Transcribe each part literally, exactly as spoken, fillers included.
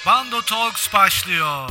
Bando Talks başlıyor.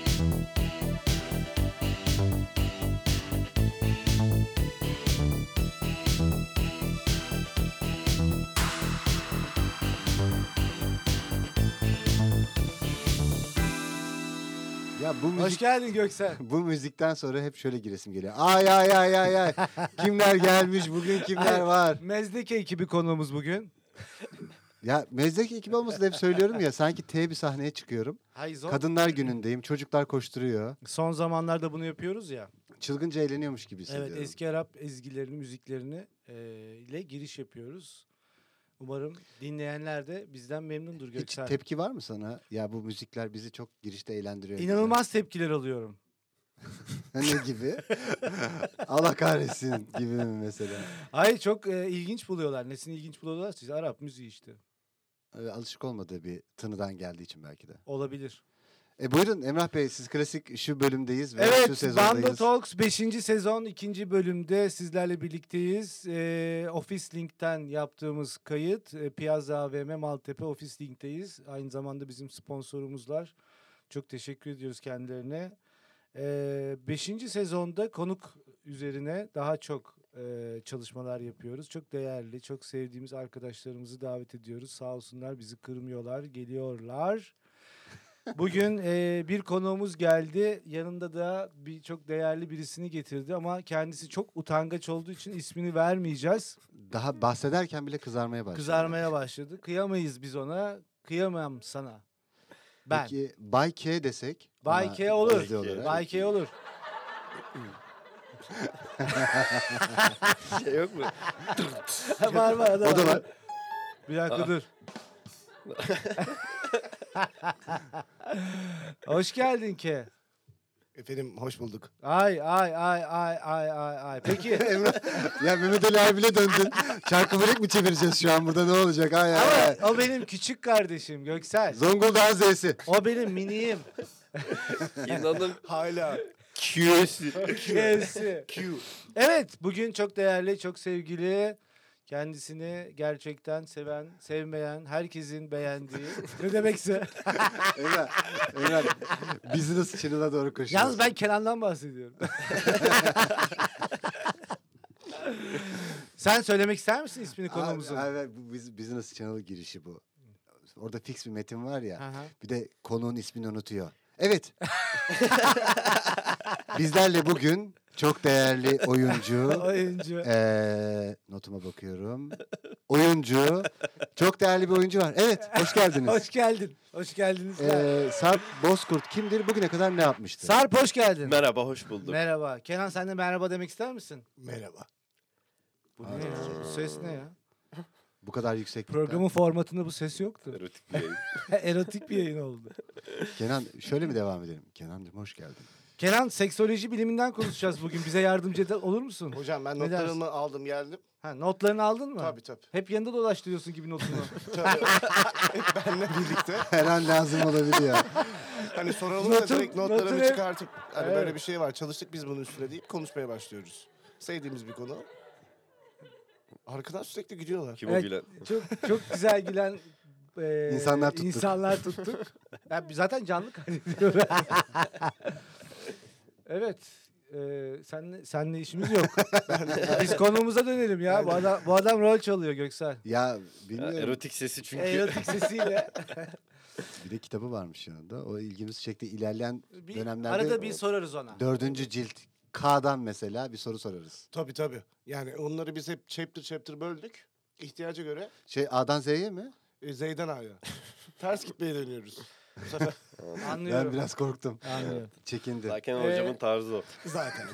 Ya bu müzik, Hoş geldin Göksel. bu müzikten sonra hep şöyle giresim geliyor. Ay ay ay ay ay. Kimler gelmiş bugün, kimler var? Mezdeke ekibi konuğumuz bugün. Ya mezdeki ekibi olmasın hep söylüyorum ya. Sanki T bir sahneye çıkıyorum. Hayır, zor. Kadınlar günündeyim. Çocuklar koşturuyor. Son zamanlarda bunu yapıyoruz ya. Çılgınca eğleniyormuş gibi hissediyorum. Evet, eski Arap ezgilerini, müziklerini e, ile giriş yapıyoruz. Umarım dinleyenler de bizden memnundur Hiç Göksel. tepki var mı sana? Ya bu müzikler bizi çok girişte eğlendiriyor. gibi. İnanılmaz tepkiler alıyorum. Ne gibi? Allah kahretsin gibi mi mesela? Hayır, çok e, ilginç buluyorlar. Nesini ilginç buluyorlar? Siz Arap müziği işte. Ee, alışık olmadığı bir tınıdan geldiği için belki de. Olabilir. E buyurun Emrah Bey, siz klasik şu bölümdeyiz ve şu Evet, sezondayız. Bando Talks beşinci sezon ikinci bölümde sizlerle birlikteyiz. E, Office Link'ten yaptığımız kayıt. E, Piazza A V M Maltepe Office Link'teyiz. Aynı zamanda bizim sponsorumuzlar. Çok teşekkür ediyoruz kendilerine. E, beşinci sezonda konuk üzerine daha çok e, çalışmalar yapıyoruz. Çok değerli, çok sevdiğimiz arkadaşlarımızı davet ediyoruz. Sağ olsunlar, bizi kırmıyorlar, geliyorlar. Bugün e, bir konuğumuz geldi. Yanında da bir çok değerli birisini getirdi ama kendisi çok utangaç olduğu için ismini vermeyeceğiz. Daha bahsederken bile kızarmaya başladı. Kızarmaya başladı. Kıyamayız biz ona. Kıyamam sana. Ben. Peki Bay K desek? Bay ona K olur. gizli olarak. Bay K olur. Şey yok mu? var var. O da var. Bir dakika dur. Hoş geldin K. Efendim hoş bulduk. Ay ay ay ay ay ay ay. Peki. Emrah, ya Mehmet Ali abiyle döndün. Çarkı börek mi çevireceğiz şu an burada, ne olacak? Ay, ay, ay. Ama o benim küçük kardeşim Göksel. Zonguldak'ın Z'si. O benim miniğim. İnanın hala Q'si. Q. Evet, bugün çok değerli, çok sevgili, kendisini gerçekten seven, sevmeyen, herkesin beğendiği. Ne demekse. Emrah, Emrah business channel'a doğru koşuyoruz. Yalnız ben Kenan'dan bahsediyorum. Sen söylemek ister misin ismini konuğumuzun? Abi, abi, bu biz- business channel girişi bu. Orada fix bir metin var ya. Aha. Bir de konuğun ismini unutuyor. Evet. Bizlerle bugün çok değerli oyuncu. Oyuncu. Ee, notuma bakıyorum. Oyuncu. Çok değerli bir oyuncu var. Evet, hoş geldiniz. Hoş geldin. Hoş geldiniz. Ee, Sarp Bozkurt kimdir? Bugüne kadar ne yapmıştı? Sarp hoş geldin. Merhaba hoş bulduk. Merhaba. Kenan, sen de merhaba demek ister misin? Merhaba. Bu ne ya? Bu ses ne ya? Bu kadar yüksek. Programın formatında bu ses yoktu. Erotik bir yayın. Erotik bir yayın oldu. Kenan, şöyle mi devam edelim? Kenancığım hoş geldin. Kenan, seksoloji biliminden konuşacağız bugün. Bize yardımcı da- olur musun? Hocam ben Ne dersin? notlarımı aldım geldim. Ha, notlarını aldın mı? Tabii tabii. Hep yanında dolaştırıyorsun gibi notunu. Benle birlikte. Her an lazım olabilir ya. Hani soralım da Notun- direkt notlarımı notun hep- çıkartıp hani Evet. böyle bir şey var. Çalıştık biz bunun üstüne deyip konuşmaya başlıyoruz. Sevdiğimiz bir konu. Arkadan sürekli gidiyorlar. Kim Evet. o gülen? çok çok güzel gülen e, İnsanlar tuttuk. insanlar tuttuk. Ben zaten canlı kaydediyorum. Evet. E, senle, senle işimiz yok. Biz konumuza dönelim ya. Bu adam, bu adam rol çalıyor Göksel. Ya Ha, bilmiyorum. erotik sesi çünkü. Erotik sesiyle. Bir de kitabı varmış yanında. O ilgimizi çekti. İlerleyen Bir, dönemlerde arada bir sorarız ona. dördüncü cilt K'dan mesela bir soru sorarız. Tabii tabii. Yani onları biz hep chapter chapter böldük. İhtiyaca göre Şey A'dan Z'ye mi? e, Z'den A'ya. Ters gitmeye dönüyoruz. Bu sefer Anlıyorum. Ben biraz korktum. Anlıyorum. Çekindim. Zaten Ee, hocamın tarzı o. zaten.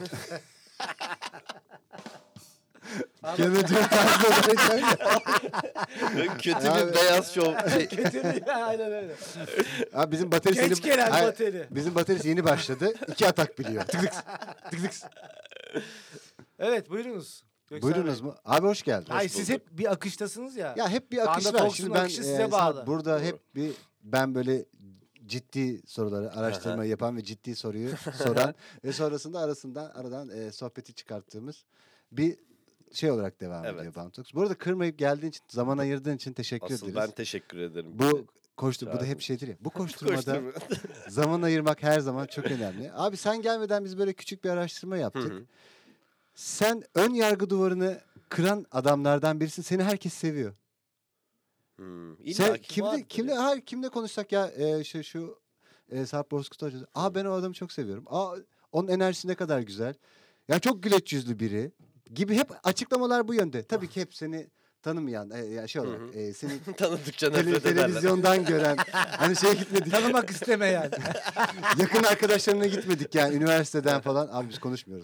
Kenancığım tarzı olarak. Kötü Abi. bir beyaz şov. Şey, Kötü. Aynen öyle. Abi bizim baterisi Geç yeni- gelen Hayır, bateri. Bizim baterisi yeni başladı. İki atak biliyor. Tık tık tık tık. Evet, buyurunuz. Göksel Buyurunuz Bey. mu? Abi hoş geldin. Ay, siz hep bir akıştasınız ya. Ya hep bir Banda akış var. Talks'un Şimdi ben akışı size e, bağlı. Sarp, burada hep bir ben böyle ciddi soruları araştırma yapan ve ciddi soruyu soran ve sonrasında arasından aradan e, sohbeti çıkarttığımız bir şey olarak devam Evet. ediyor Bantox. Bu arada kırmayıp geldiğin için, zaman ayırdığın için teşekkür Asıl ederiz. ben teşekkür ederim. Bu koştur. Bu da hep Çağırdım. şeydir ya. Bu koşturmada Koşturma. zaman ayırmak her zaman çok önemli. Abi sen gelmeden biz böyle küçük bir araştırma Hı yaptık. hı. Sen ön yargı duvarını kıran adamlardan birisin. Seni herkes seviyor. Hmm. İlla Sen ki kimle vardır kimle ya. hayır kimle konuşsak ya e, şu şu e, Sarp Bozkurt Hoca. Aa ben o adamı çok seviyorum. Aa onun enerjisi ne kadar güzel. Ya çok güleç yüzlü biri gibi hep açıklamalar bu yönde. Tabii ki hep seni tanımayan e, ya şey Hı olarak hı. e, seni Tanıdıkça tele- nefret ederler. televizyondan gören hani şeye gitmedik. Tanımak istemeyen. Yakın arkadaşlarına gitmedik yani üniversiteden falan. Abi biz konuşmuyoruz.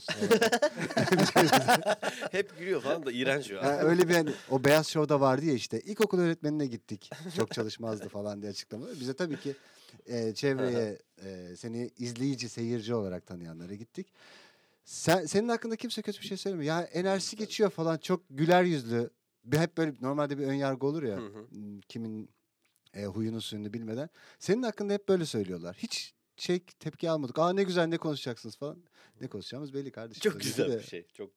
Hep gülüyor falan da iğrenç şu Ha, an. öyle bir hani, o Beyaz Show'da vardı ya işte ilkokul öğretmenine gittik. Çok çalışmazdı falan diye açıklamalar. Bize tabii ki e, çevreye e, seni izleyici, seyirci olarak tanıyanlara gittik. Sen, senin hakkında kimse kötü bir şey söylemiyor. Ya enerjisi geçiyor falan çok güler yüzlü. Bir, hep böyle normalde bir ön yargı olur ya. Hı hı. m, Kimin e, huyunu suyunu bilmeden. Senin hakkında hep böyle söylüyorlar. Hiç şey tepki almadık. Aa ne güzel ne konuşacaksınız falan. Ne konuşacağımız belli kardeşim. Çok Tabii güzel de. bir şey. Çok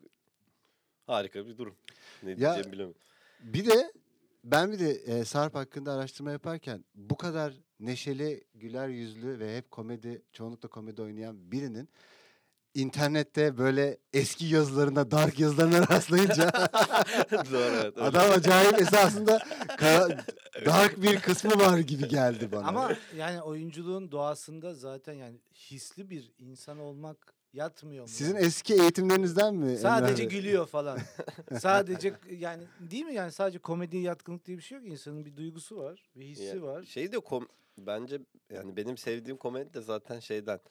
harika bir durum. Ne Ya- diyeceğimi bilemiyorum. Bir de ben bir de e, Sarp hakkında araştırma yaparken bu kadar neşeli, güler yüzlü ve hep komedi, çoğunlukla komedi oynayan birinin internette böyle eski yazılarına, dark yazılarına rastlayınca Doğru evet. öyle. adam acayip esasında kara- dark bir kısmı var gibi geldi bana. Ama yani oyunculuğun doğasında zaten yani hisli bir insan olmak yatmıyor mu? Sizin yani? eski eğitimlerinizden mi? Sadece Emrah Bey? gülüyor falan. Sadece yani değil mi yani sadece komediye yatkınlık diye bir şey yok. İnsanın bir duygusu var, bir hissi Ya, var. Şey de kom bence yani benim sevdiğim komedi de zaten şeyden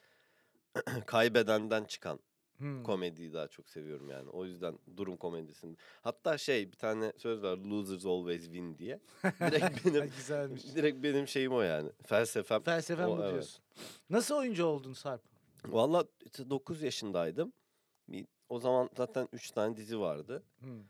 kaybedenden çıkan Hmm. komediyi daha çok seviyorum yani. O yüzden durum komedisini. Hatta şey bir tane söz var losers always win diye. Direkt benim Güzelmiş. direkt benim şeyim o yani. Felsefem. Felsefen o, bu evet. diyorsun. Nasıl oyuncu oldun Sarp? Valla dokuz yaşındaydım. Bir, o zaman zaten üç tane dizi vardı. Hmm.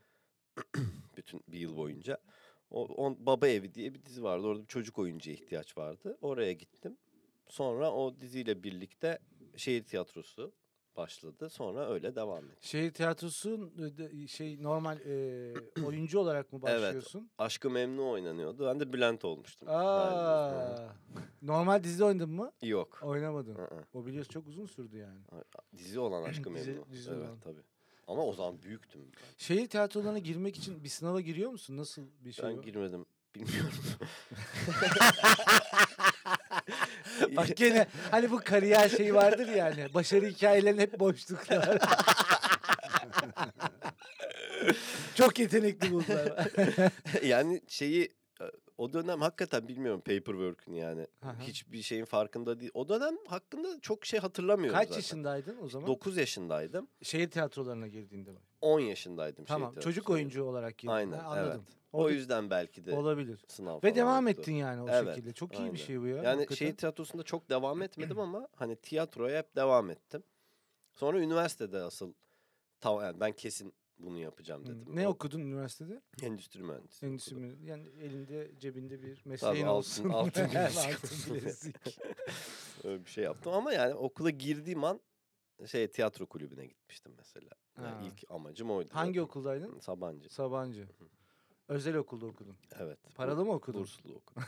Bütün bir yıl boyunca. O, on, Baba Evi diye bir dizi vardı. Orada bir çocuk oyuncuya ihtiyaç vardı. Oraya gittim. Sonra o diziyle birlikte şehir tiyatrosu başladı. Sonra öyle devam etti. Şehir tiyatrosu de- şey normal e, oyuncu olarak mı Evet. başlıyorsun? Aşk-ı Memnu oynanıyordu. Ben de Bülent olmuştum. Galiba. Aa. Normal dizide oynadın mı? Hı. Yok. Oynamadın. Hı hı. O biliyorsun çok uzun sürdü yani. Dizi olan Aşk-ı Dizi- Memnu. dizi evet olan. tabii. Ama o zaman büyüktüm. Ben, Şehir tiyatrolarına girmek için bir sınava giriyor musun? Nasıl bir şey ben o? girmedim. Bilmiyorum. Bak gene hani bu kariyer şeyi vardır yani. Başarı hikayelerinin hep boşluklar. Çok yetenekli bunlar. yani şeyi o dönem hakikaten bilmiyorum paperwork'ünü yani. Hı hı. Hiçbir şeyin farkında değil. O dönem hakkında çok şey hatırlamıyorum Kaç zaten. yaşındaydın o zaman? dokuz yaşındaydım. Şehir tiyatrolarına girdiğinde mi? on yaşındaydım. Tamam. şehir Çocuk tiyatrosu. oyuncu olarak girdin. Aynen, Ha, anladım. evet. O Orada- yüzden belki de olabilir. sınav Ve falan devam yoktu. ettin yani o Evet, şekilde. Çok iyi aynen. bir şey bu ya. Yani hakikaten. şehir tiyatrosunda çok devam etmedim ama hani tiyatroya hep devam ettim. Sonra üniversitede asıl tamam yani ben kesin bunu yapacağım Hı. dedim. Ne O- okudun üniversitede? Endüstri mühendisliği Endüstri okudum. mü- Yani elinde cebinde bir Tabii mesleğin altın, olsun. altın bilezik. Altın bilezik. Öyle bir şey yaptım ama yani okula girdiğim an şey tiyatro kulübüne gitmiştim mesela. Yani Ha. ilk amacım oydu. Hangi zaten. okuldaydın? Sabancı. Sabancı. Özel okulda okudun. Evet. Paralı mı okudun? Burslu okudum.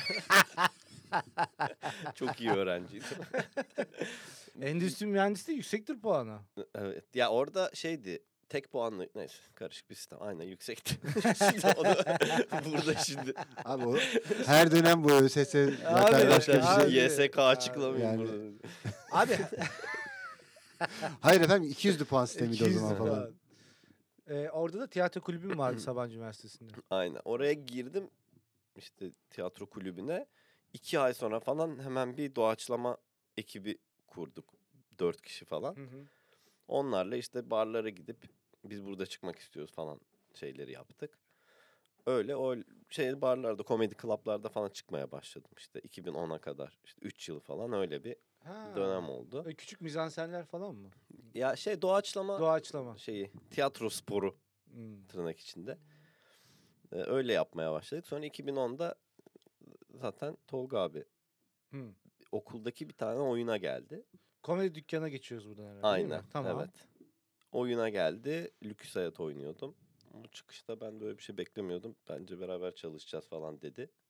Çok iyi öğrenciydim. Endüstri mühendisliği yüksektir puanı. Evet. Ya orada şeydi. Tek puanlı neyse karışık bir sistem. Aynen yüksekti. Şimdi onu burada şimdi. Abi o her dönem bu ÖSS Abi, zaten başka bir abi. şey. Y S K açıklamayayım Yani- burada. Abi Hayır efendim iki yüzlü puan sistemiydi o iki yüz zaman falan. puan. Ee, orada da tiyatro kulübü mü vardı Sabancı Üniversitesi'nde? Aynen. Oraya girdim işte tiyatro kulübüne. İki ay sonra falan hemen bir doğaçlama ekibi kurduk. Dört kişi falan. Hı hı. Onlarla işte barlara gidip biz burada çıkmak istiyoruz falan şeyleri yaptık. Öyle o şey barlarda, komedi klaplarda falan çıkmaya başladım işte iki bin ona kadar. İşte üç yıl falan öyle bir Ha. dönem oldu. Öyle küçük mizansenler falan mı? Ya şey doğaçlama Doğaçlama. şeyi, tiyatro sporu Hmm. tırnak içinde. Ee, öyle yapmaya başladık. Sonra iki bin onda zaten Tolga abi Hmm. okuldaki bir tane oyuna geldi. Komedi dükkana geçiyoruz buradan herhalde değil Aynen. mi? Tamam. Evet. Oyuna geldi. Lüküs Hayat oynuyordum. Bu çıkışta ben de öyle bir şey beklemiyordum. Bence beraber çalışacağız falan dedi.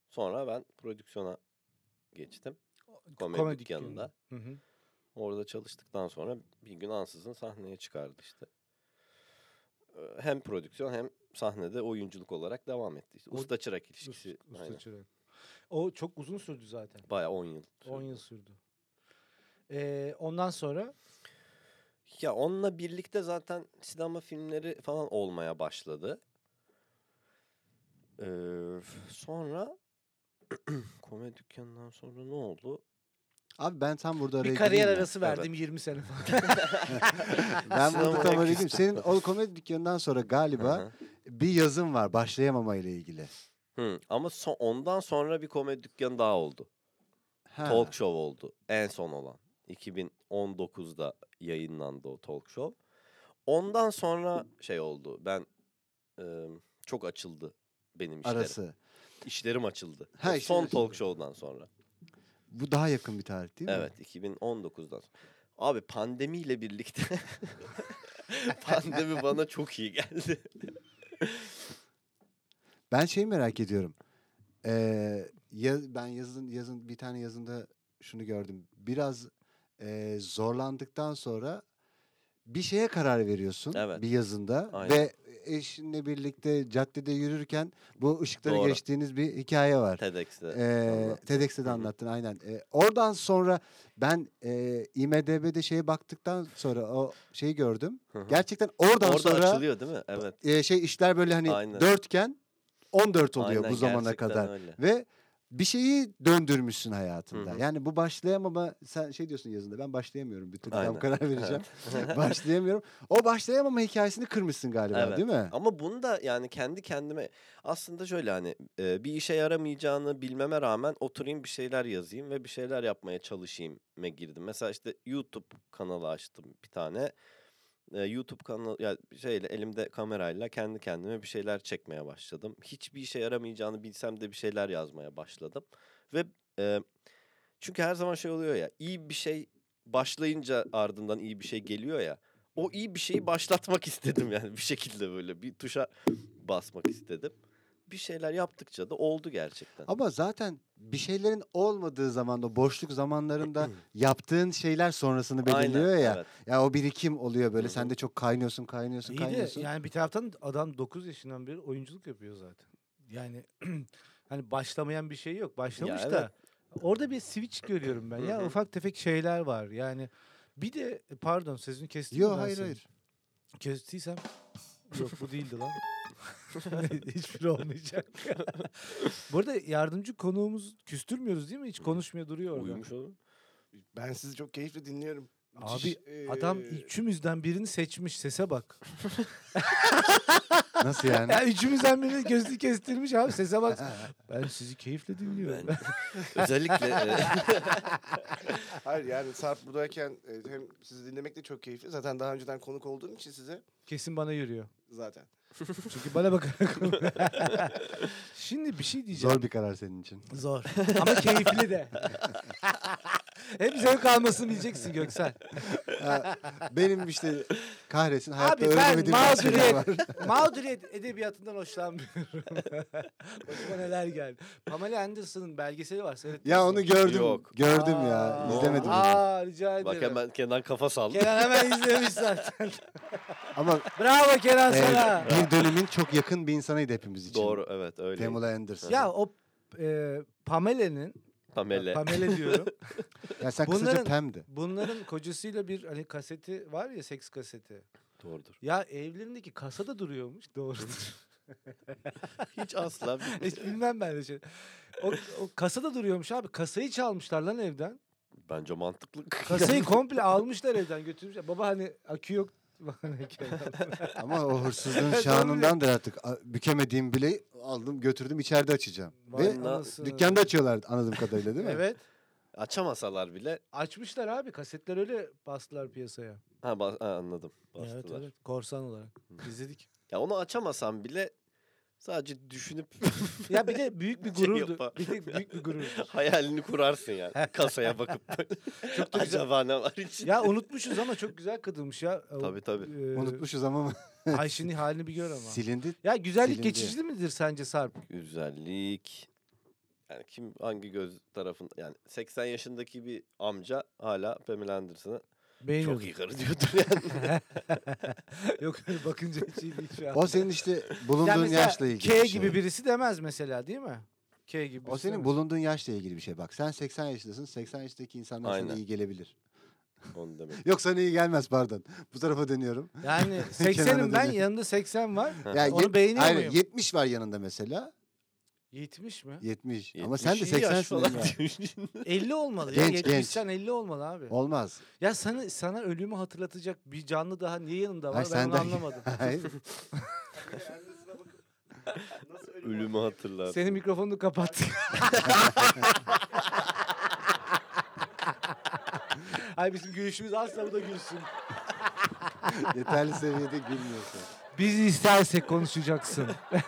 Sonra ben prodüksiyona geçtim. Komedi, Komedi dükkanında. Hı hı. Orada çalıştıktan sonra bir gün ansızın sahneye çıkardı işte. Ee, Hem prodüksiyon hem sahnede oyunculuk olarak devam etti. İşte O- usta çırak ilişkisi. Usta, usta aynen. çırak. O çok uzun sürdü zaten. Bayağı on yıl. on sürdü. yıl sürdü. Ee, ondan sonra Ya onunla birlikte zaten sinema filmleri falan olmaya başladı. Ee, sonra komedi dükkanından sonra ne oldu? Abi ben tam burada araya bir kariyer gireyim mi? arası verdim yirmi sene falan. Ben burada Sinemaya tam araya gireyim. küstüm. Senin o komedi dükkanından sonra galiba Hı hı. bir yazın var başlayamama ile ilgili. Hı, ama son, ondan sonra bir komedi dükkanı daha oldu. Ha. Talk show oldu. En son olan. iki bin on dokuzda yayınlandı o talk show. Ondan sonra şey oldu. Ben e, çok açıldı benim işlerim. Arası. İşlerim açıldı. Ha, O işler son açıldı. talk show'dan sonra. Bu daha yakın bir tarih değil mi? Evet, iki bin on dokuzdan sonra. Abi pandemiyle birlikte pandemi bana çok iyi geldi. Ben şeyi merak ediyorum. Ee, ya, ben yazın yazın bir tane yazında şunu gördüm. Biraz e, zorlandıktan sonra bir şeye karar veriyorsun Evet. bir yazında Aynen. ve eşinle birlikte caddede yürürken bu ışıkları Doğru. geçtiğiniz bir hikaye var. TEDx'te. Ee, anlattım. TEDx'te de Hı hı. anlattın aynen. Ee, oradan sonra ben e, IMDb'de şeye baktıktan sonra o şeyi gördüm. Hı hı. Gerçekten oradan Orada sonra açılıyor değil mi? Evet. e, şey işler böyle hani Aynen. dörtken on dört oluyor Aynen, bu zamana gerçekten kadar. öyle. Ve bir şeyi döndürmüşsün hayatında. Hı hı. Yani bu başlayamama sen şey diyorsun yazında ben başlayamıyorum bir türlü tam Aynen. karar vereceğim. Başlayamıyorum. O başlayamama hikayesini kırmışsın galiba Evet. değil mi? Ama bunu da yani kendi kendime aslında şöyle hani e, bir işe yaramayacağını bilmeme rağmen oturayım bir şeyler yazayım ve bir şeyler yapmaya çalışayım me girdim. Mesela işte YouTube kanalı açtım bir tane. E, YouTube kanalı ya şeyle elimde kamerayla kendi kendime bir şeyler çekmeye başladım. Hiçbir işe yaramayacağını bilsem de bir şeyler yazmaya başladım. Ve e, çünkü her zaman şey oluyor ya iyi bir şey başlayınca ardından iyi bir şey geliyor ya. O iyi bir şeyi başlatmak istedim yani bir şekilde böyle bir tuşa basmak istedim. Bir şeyler yaptıkça da oldu gerçekten. Ama zaten bir şeylerin olmadığı zaman da boşluk zamanlarında yaptığın şeyler sonrasını belirliyor Aynen, ya. evet. Ya o birikim oluyor böyle. Hı Sen hı. de çok kaynıyorsun, kaynıyorsun, İyi de kaynıyorsun. yani bir taraftan adam dokuz yaşından beri oyunculuk yapıyor zaten. Yani hani başlamayan bir şey yok. Başlamış Ya da evet. orada bir switch görüyorum ben. Hı Ya hı. ufak tefek şeyler var. Yani bir de pardon sözünü kestim mi Yok ben hayır senin? hayır. Kestiysem yok bu değildi lan. Hiçbiri olmayacak. Bu arada yardımcı konuğumuz küstürmüyoruz değil mi? Hiç konuşmuyor duruyor orada. Uyumuş oğlum. Ben sizi çok keyifle dinliyorum. Abi Müthiş, eee, adam üçümüzden birini seçmiş sese bak. Nasıl yani? Ya üçümüzden birini gözünü kestirmiş abi sese bak. Ben sizi keyifle dinliyorum. Ben özellikle e, Hayır yani Sarp buradayken e, hem sizi dinlemek de çok keyifli. Zaten daha önceden konuk olduğum için size Kesin bana yürüyor. zaten. Çünkü bana bakarak konuşuyor. Şimdi bir şey diyeceğim. Zor bir karar senin için. Zor. Ama keyifli de. Hep zevk almasını bileceksin Göksel. Ha, benim işte kahretsin hayatta Abi ben öğrenemediğim bazı şeyler var. mağduriyet, mağduriyet edebiyatından hoşlanmıyorum. Başıma neler geldi. Pamela Anderson'ın belgeseli var. Seyrettin Ya mi? onu gördüm. Yok. Gördüm Aa, ya. Ne İzlemedim oldu? onu. Aa rica ederim. bak hemen Kenan kafa saldı. Kenan hemen izlemiş zaten. Ama Bravo Kenan e, sana. bir dönemin çok yakın bir insanıydı hepimiz için. Doğru evet öyle. Pamela Anderson. Ya o e, Pamela'nın Pamela. Pamela diyorum. Ya sen kısaca Bunların- Pam'di. Bunların kocasıyla bir hani kaseti var ya seks kaseti. Doğrudur. Ya evlerindeki kasada duruyormuş. Doğrudur. Hiç asla. Hiç bilmem ben de şey. O, o kasada duruyormuş abi. Kasayı çalmışlar lan evden. Bence mantıklı. Kasayı komple almışlar evden götürmüşler. Baba hani akü yok. Hani Kenan. Ama o hırsızlığın şanındandır artık. A- Bükemediğim bile aldım götürdüm içeride açacağım. Vay Ve anasını. dükkanda açıyorlar anladığım kadarıyla değil mi? Evet. Açamasalar bile. Açmışlar abi. Kasetler öyle bastılar piyasaya. Ha, bas- ha, anladım. Bastılar. Evet evet. Korsan olarak. İzledik. Ya onu açamasam bile sadece düşünüp Ya bir de büyük bir Şey gururdu. yapar. Bir de büyük bir gurur. hayalini kurarsın yani. Kasaya bakıp Çok da güzel. acaba ne var içinde? Ya unutmuşuz ama çok güzel kadınmış ya. O, Tabii, tabii. e, Unutmuşuz ama Ayşe'nin halini bir gör ama. silindi. Ya güzellik Silindi. geçici midir sence Sarp? Güzellik. Yani kim hangi göz tarafın yani seksen yaşındaki bir amca hala Pamela Anderson'ı Beğeniyordum. çok iyi karı diyordur yani. Yok öyle bakınca hiç iyi değil şu an. O senin işte Ya bulunduğun mesela yaşla ilgili K bir şey. gibi birisi demez mesela değil mi? K gibi O birisi senin demez. bulunduğun yaşla ilgili bir şey. Bak sen seksen yaşındasın. seksen yaşındaki insanlar sana Aynen. iyi gelebilir. Onu demek. Yok sana iyi gelmez pardon. Bu tarafa dönüyorum. Yani seksenim ben, dönüyor. yanında seksen var. Ya Onu yet- beğeniyor hayır, muyum? yetmiş var yanında mesela. yetmiş mi? yetmiş. Ama yetmiş sen de iyi yaş seksensin. falan Emrah. diyor. elli olmalı ya. Genç, yetmişten elli olmalı abi. Olmaz. Ya sana sana ölümü hatırlatacak bir canlı daha niye yanında var? Hayır, ben sen onu de- anlamadım. Hayır. Ölümü hatırlar. Senin mikrofonunu kapat. Hayır bizim gülüşümüz asla bu da gülsün. Yeterli seviyede gülmüyorsun. Biz istersek konuşacaksın.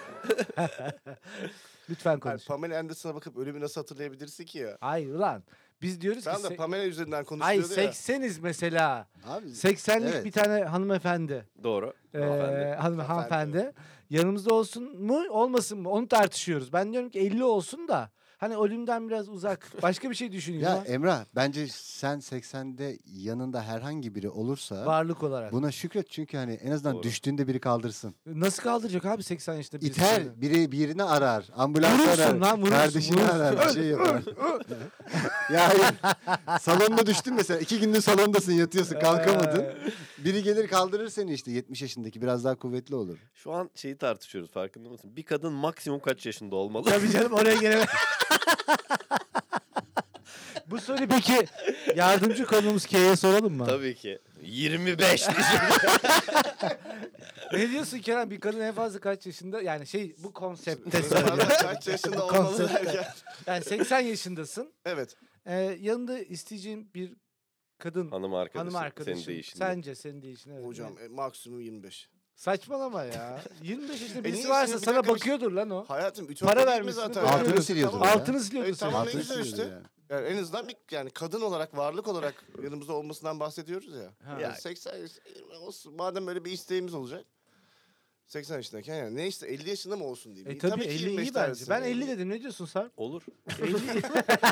Lütfen Yani konuş. Pamela Anderson'a bakıp ölümü nasıl hatırlayabilirsin ki ya? Hayır ulan. Biz diyoruz Tamam ki... da se- Pamela üzerinden Hayır konuşuyordu ya. sekseniz mesela. Abi seksenlik evet. bir tane hanımefendi. Doğru. Ee, Hanımefendi. hanım, Hanımefendi. hanımefendi. Yanımızda olsun mu olmasın mı onu tartışıyoruz. Ben diyorum ki elli olsun da hani ölümden biraz uzak. Başka bir şey düşüneyim. Ya ama Emrah bence sen seksende yanında herhangi biri olursa varlık olarak. buna şükret çünkü hani en azından Doğru. düştüğünde biri kaldırsın. Nasıl kaldıracak abi seksen yaşında birisi? İter, seni? biri birini arar, ambulans Vurursun arar, lan, vurursun, kardeşini vurursun. arar, bir şey yapar. Ya hayır, salonda düştün mesela, iki gündür salondasın, yatıyorsun, kalkamadın. Ee, Biri gelir kaldırır seni işte, yetmiş yaşındaki biraz daha kuvvetli olur. Şu an şeyi tartışıyoruz farkında mısın? Bir kadın maksimum kaç yaşında olmalı? Tabii canım oraya geleme. Bu soruyu peki yardımcı konuğumuz K'ye soralım mı? Tabii ki. yirmi beş. Ne diyorsun Kenan? Bir kadın en fazla kaç yaşında? Yani şey bu konsepte İnsanlar söylüyorum. kaç yaşında Bu olmalı konsepte. derken. Yani seksen yaşındasın. Evet. Ee, yanında isteyeceğin bir kadın, Hanım arkadaşın. hanım arkadaşın. Senin değişinde. Sence senin değişin evet. Hocam e, maksimum yirmi beş. Saçmalama ya. yirmi beş yaşında birisi niye varsa istiyor? Bir sana dakika, bir- bakıyordur lan o. Hayatım ütopya Para değil mi vermişsin, zaten? bakıyordur. Altını siliyordur Tamam. ya. Altını siliyordur E, senin. tamam, ne Altını güzel siliyordur işte. yani. Yani en azından bir yani kadın olarak, varlık olarak yanımızda olmasından bahsediyoruz ya. Ha. Yani seksen yaş- yirmi olsun. Madem böyle bir isteğimiz olacak. seksen yaşındayken yani ne işte elli yaşında mı olsun diyeyim. E tabii, ki elli yirmi beş iyi bence. dersin Ben yani. elli dedim. Ne diyorsun Sarp? Olur. elli.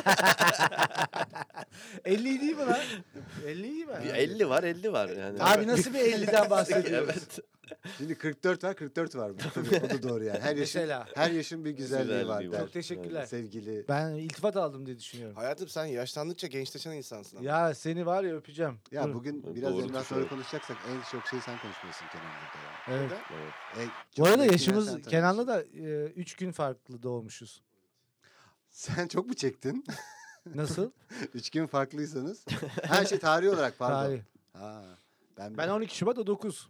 elli iyi değil mi lan? elli iyi Bir ben. elli var elli var yani. Abi nasıl bir elliden bahsediyoruz? Evet. Şimdi kırk dört var, kırk dört var. Bu. Tabii, o da doğru yani. Her yaşın, Mesela. her yaşın bir güzelliği, Güzelliği var var. der. Çok teşekkürler. Sevgili. Ben iltifat aldım diye düşünüyorum. Hayatım sen yaşlandıkça gençleşen insansın ama. Ya seni var ya öpeceğim. Ya Dur. bugün biraz Doğru Emrah sonra düşünüyorum. konuşacaksak en çok şey sen konuşmuyorsun Kenan burada ya. Evet. Evet. E, Bu çok arada net yaşımız Kenan sen Kenan'la tanıyorsun. da e, üç gün farklı doğmuşuz. Sen çok mu çektin? Nasıl? Üç gün farklıysanız. Her şey tarih olarak pardon. Tarih. Ha, ben, Ben on iki Şubat o dokuz.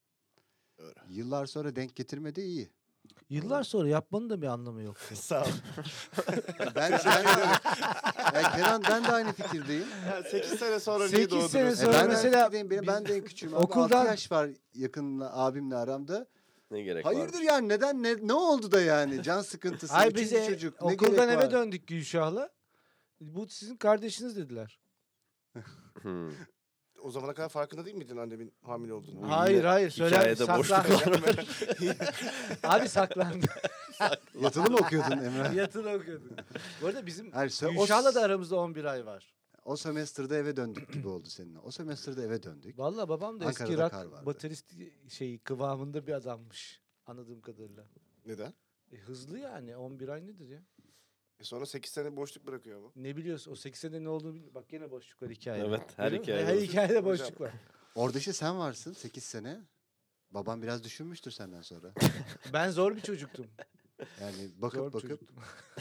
yıllar sonra denk getirmedi iyi. Yıllar sonra yapmanın da bir anlamı yok. Sağ ol. Ben, ben de, ya Kenan ben de aynı fikirdeyim. sekiz sene sonra niye Sekiz doğdunuz? sene E, sonra ben de mesela aynı fikirdeyim. Benim, biz ben de en küçüğüm. Abi. okuldan- altı yaş var yakınla abimle aramda. Ne gerek var? Hayırdır yani neden ne, ne oldu da yani can sıkıntısı Ay üçüncü biz e, çocuk ne okuldan gerek eve var? döndük Gülşah'la. Bu sizin kardeşiniz dediler. Hmm. O zamana kadar farkında değil miydin annemin hamile olduğunu? Bu Hayır yine hayır söyler hikayede boşluk saklandı. var. Abi saklandı. Yatılı mı okuyordun Emrah? Yatılı okuyorduk. Bu arada bizim Hayır, sen- o, Gülşah'la da aramızda on bir ay var. o semester'da eve döndük gibi oldu seninle. O semester'da eve döndük. Vallahi babam da eski Ankara'da kar rock vardı. baterist şey kıvamında bir adammış. Anladığım kadarıyla. Neden? E, hızlı yani on bir ay nedir ya? E sonra sekiz sene boşluk bırakıyor ama. Ne biliyorsun o sekiz senede ne olduğunu bilmiyorum. Bak gene boşluk var hikayede. Evet, her Görüyor musun? hikayede Her boşluk. hikayede Hocam. boşluk var. Orada işte sen varsın sekiz sene. Babam biraz düşünmüştür senden sonra. Ben zor bir çocuktum. Yani bakıp Zor bakıp çocuktum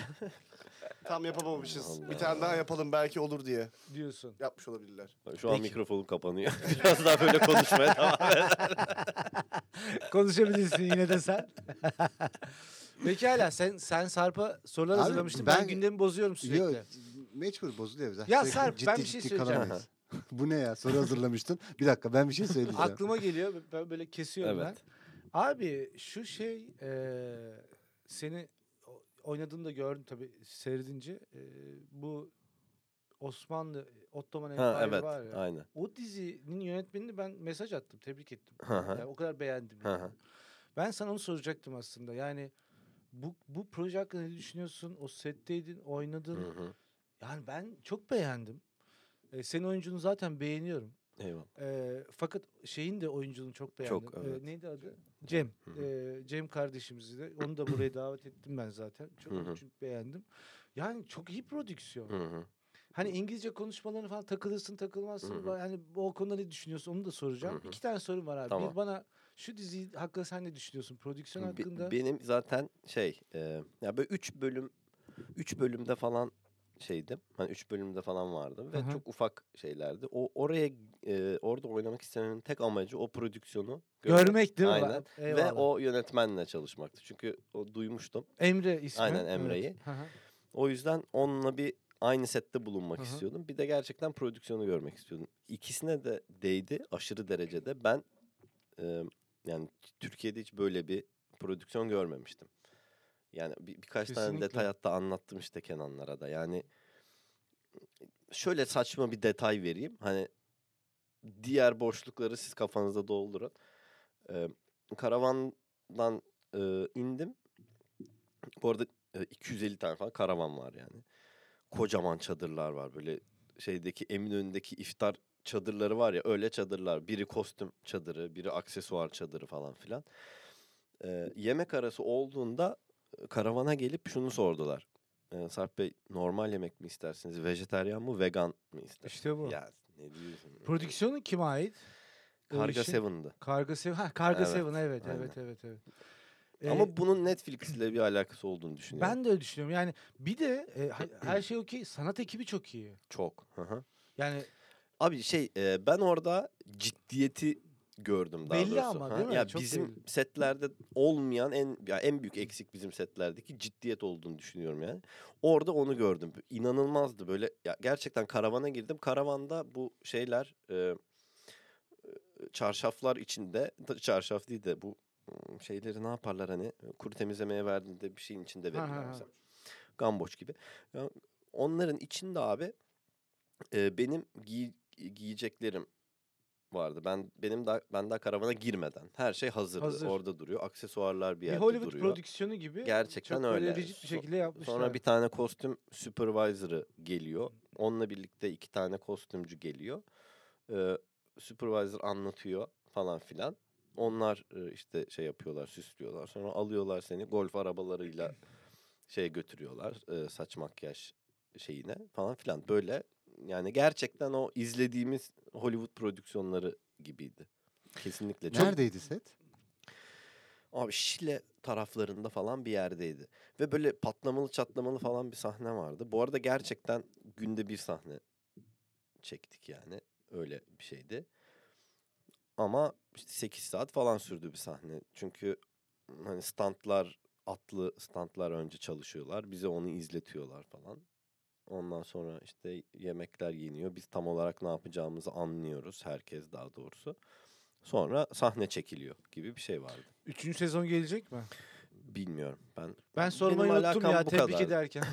Tam yapamamışız. Allah. Bir tane daha yapalım belki olur diye diyorsun. yapmış olabilirler. Şu an Peki. mikrofonum kapanıyor. Biraz daha böyle konuşmaya devam et. Konuşabilirsin yine de sen. Pekala sen sen Sarp'a sorular Abi, hazırlamıştın. Ben, ben- gündemi bozuyorum sürekli. Yok, mecbur bozuluyor zaten. Ya Sürekli Sarp, ciddi ben bir ciddi şey söyleyeceğim. kalamayız. Bu ne ya? Soru hazırlamıştın. Bir dakika ben bir şey söyleyeceğim. Aklıma geliyor. Ben böyle kesiyorum Evet. ben. Abi şu şey eee seni o- oynadığını da gördüm tabii seyredince. Eee, bu Osmanlı Ottoman Ha Empire evet. var ya. Aynen. O dizinin yönetmenini ben mesaj attım. Tebrik ettim. Hı hı. Yani o kadar beğendim. Hı yani. hı. Ben sana onu soracaktım aslında. Yani bu bu proje hakkında ne düşünüyorsun? O setteydin, oynadın. Hı hı. Yani ben çok beğendim. Ee, senin oyuncunu zaten beğeniyorum. Eyvallah. Ee, fakat şeyin de oyunculuğunu çok beğendim. Çok, Ee, evet. neydi adı? Cem. Hı hı. Ee, Cem kardeşimizi de. Onu da buraya davet ettim ben zaten. Çok, Hı hı. çünkü beğendim. Yani çok iyi prodüksiyon. Hı hı. Hani İngilizce konuşmalarını falan takılırsın takılmazsın. Hı hı. Yani o konuda ne düşünüyorsun onu da soracağım. Hı hı. İki tane sorum var abi. Tamam. Bir bana şu dizi hakkında sen ne düşünüyorsun? Prodüksiyon Be- hakkında. benim zaten şey e, ya böyle üç bölüm üç bölümde falan şeydim. Hani üç bölümde falan vardım Hı ve hı. çok ufak şeylerdi. O oraya e, orada oynamak istememin tek amacı o prodüksiyonu görmek. Görmek değil mi? Aynen. Ve Eyvallah. o yönetmenle çalışmaktı. Çünkü o duymuştum. Emre ismi. Aynen, Emre'yi. Evet. Hı hı. O yüzden onunla bir aynı sette bulunmak Hı hı. istiyordum. Bir de gerçekten prodüksiyonu görmek istiyordum. İkisine de değdi aşırı derecede. Ben e, yani Türkiye'de hiç böyle bir prodüksiyon görmemiştim. Yani bir, birkaç tane Kesinlikle. detay hatta anlattım işte Kenanlara da. Yani şöyle saçma bir detay vereyim. Hani diğer boşlukları siz kafanızda doldurun. Ee, karavandan e, indim. Bu arada e, iki yüz elli tane falan karavan var yani. Kocaman çadırlar var. Böyle şeydeki Eminönü'ndeki iftar çadırları var ya, öyle çadırlar. Biri kostüm çadırı, biri aksesuar çadırı falan filan. Ee, yemek arası olduğunda e, karavana gelip şunu sordular. Ee, Sarp Bey, normal yemek mi istersiniz? Vejetaryen mı, vegan mı istersiniz? İşte bu. Ya ne diyorsun? Prodüksiyonu kime ait? O Karga işin- Seven'dı. Karga Seven. Ha, Karga Evet, Seven evet aynen. evet evet evet. Ee, Ama bunun Netflix ile bir alakası olduğunu düşünüyorum. ben de öyle düşünüyorum. Yani bir de e, ha- her şey okey. Sanat ekibi çok iyi. Çok. Hı hı. Yani Abi şey e, ben orada ciddiyeti gördüm daha belli doğrusu. ama Ha? değil mi? Ya Çok bizim belli. setlerde olmayan en ya en büyük eksik bizim setlerdeki ciddiyet olduğunu düşünüyorum yani. Orada onu gördüm. İnanılmazdı böyle. Ya gerçekten karavana girdim. Karavanda bu şeyler e, çarşaflar içinde, ta- çarşaf değil de bu ım, şeyleri ne yaparlar hani kuru temizlemeye verdiğinde bir şeyin içinde Ha, ha, verirler ha. mesela. Gamboş gibi. Ya, onların içinde abi e, benim giy- giyeceklerim vardı. Ben benim daha ben daha karavana girmeden her şey hazırdı. Hazır. Orada duruyor. Aksesuarlar bir Bir yerde Hollywood duruyor. prodüksiyonu gibi Gerçekten çok böyle öyle. rigid bir So- şekilde yapmışlar. Sonra bir tane kostüm supervisor'ı geliyor. Onunla birlikte iki tane kostümcü geliyor. Ee, supervisor anlatıyor falan filan. Onlar e, işte şey yapıyorlar, süslüyorlar. Sonra alıyorlar seni golf arabalarıyla şeye götürüyorlar. e, saç makyaj şeyine falan filan. Böyle yani gerçekten o izlediğimiz Hollywood prodüksiyonları gibiydi. Kesinlikle. Çok Neredeydi set? abi Şile taraflarında falan bir yerdeydi. Ve böyle patlamalı çatlamalı falan bir sahne vardı. Bu arada gerçekten günde bir sahne çektik yani. Öyle bir şeydi. Ama işte sekiz saat falan sürdü bir sahne. Çünkü hani standlar, atlı standlar önce çalışıyorlar. Bize onu izletiyorlar falan. Ondan sonra işte yemekler yeniyor. Biz tam olarak ne yapacağımızı anlıyoruz. Herkes daha doğrusu. Sonra sahne çekiliyor gibi bir şey vardı. Üçüncü sezon gelecek mi? Bilmiyorum ben. Ben sormayı Benim unuttum alakam ya bu tebrik kadar. ederken.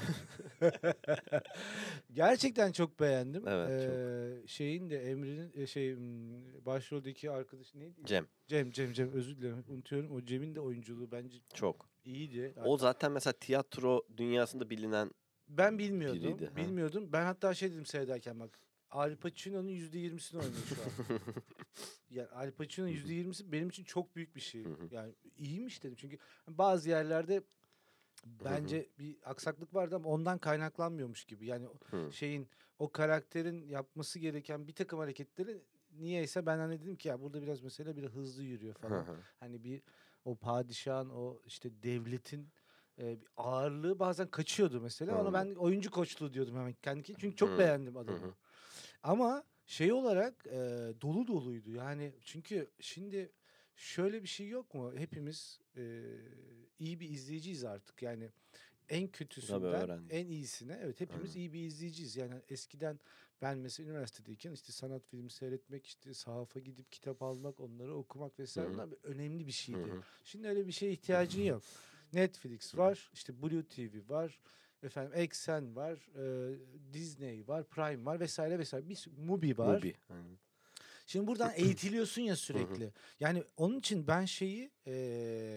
Gerçekten çok beğendim. Evet, çok. Ee, şeyin de Emre'nin e, şey m, başroldeki arkadaşı neydi? Cem Cem Cem Cem özür dilerim unutuyorum. O Cem'in de oyunculuğu bence çok. iyiydi. O zaten mesela tiyatro dünyasında bilinen Ben bilmiyordum. biriydi, ha. Bilmiyordum. Ben hatta şey dedim seyrederken bak. Al Pacino'nun yüzde yirmisini oynuyor şu an. Yani Al Pacino'nun yüzde yirmisi benim için çok büyük bir şey. Hı hı. Yani iyiymiş dedim. Çünkü bazı yerlerde hı. bence bir aksaklık vardı ama ondan kaynaklanmıyormuş gibi. Yani o Hı. şeyin o karakterin yapması gereken bir takım hareketleri niyeyse ben hani dedim ki ya burada biraz mesela bir hızlı yürüyor Hı falan. hı. Hani bir o padişahın o işte devletin e, bir ağırlığı bazen kaçıyordu mesela. Ona ben Anladım. oyuncu koçluğu diyordum hemen kendi kendime. Çünkü çok Hı. beğendim Hı adamı. hı. Ama şey olarak e, dolu doluydu. Yani çünkü şimdi şöyle bir şey yok mu? Hepimiz e, iyi bir izleyiciyiz artık. Yani en Tabii kötüsünden öğrendim. en iyisine evet hepimiz Aynen. iyi bir izleyiciyiz. Yani eskiden ben mesela üniversitedeyken işte sanat filmi seyretmek, işte sahafa gidip kitap almak, onları okumak Hı vesaire hı. bunlar bir önemli bir Hı şeydi. hı. Şimdi öyle bir şeye ihtiyacın yok. Netflix var, işte Blue T V var, efendim Exxen var, e, Disney var, Prime var vesaire vesaire. Bir sürü Mubi var. Mubi. Aynen. Şimdi buradan eğitiliyorsun ya Hı hı. sürekli. Yani onun için ben şeyi eee,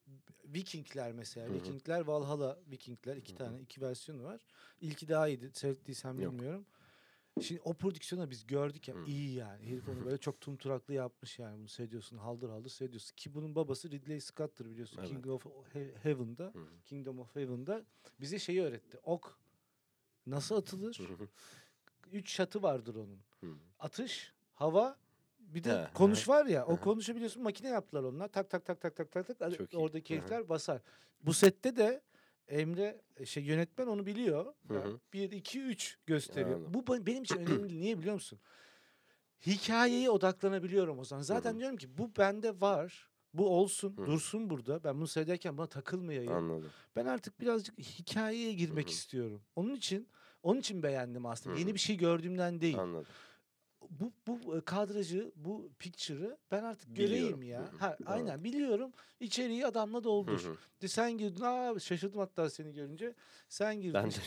Vikingler mesela. Hı hı. Vikingler, Valhalla Vikingler. iki tane, iki versiyonu var. İlki daha iyiydi. Seyrettiysem Yok. bilmiyorum. Şimdi o prodüksiyonu biz gördük ya, Hı. iyi yani. Herif onu böyle çok tumturaklı yapmış yani. Bunu seyrediyorsun, haldır haldır seyrediyorsun. Ki bunun babası Ridley Scott'tır biliyorsun. Evet. King of He- Heaven'da, Hı hı. Kingdom of Heaven'da bize şeyi öğretti. Ok nasıl atılır? Hı hı. Üç şatı vardır onun. Hı. Atış, hava, bir de He, konuş var ya. hı O hı. konuşu biliyorsun, makine yaptılar onlar. Tak tak tak tak tak tak tak. Çok iyi. Oradaki Hı hı. herifler basar. Bu sette de Emre şey yönetmen onu biliyor. Hı Yani hı. bir, iki, üç gösteriyor. Anladım. Bu ba- benim için önemli. Niye biliyor musun? Hikayeye odaklanabiliyorum o zaman. Zaten Hı hı. diyorum ki bu bende var. Bu olsun, Hı hı. dursun burada. Ben bunu seyrederken buna takılmayayım. Anladım. Ben artık birazcık hikayeye girmek Hı hı. istiyorum. Onun için onun için beğendim aslında. Hı Yeni hı. bir şey gördüğümden değil. Anladım. Bu bu e, kadrajı, bu picture'ı ben artık Biliyorum. göreyim ya. Hı hı. Ha, aynen Anladım. biliyorum. İçeriği adamla Hı doldur. hı. De sen girdin. Aa, şaşırdım hatta seni görünce. Sen girdin. Ben de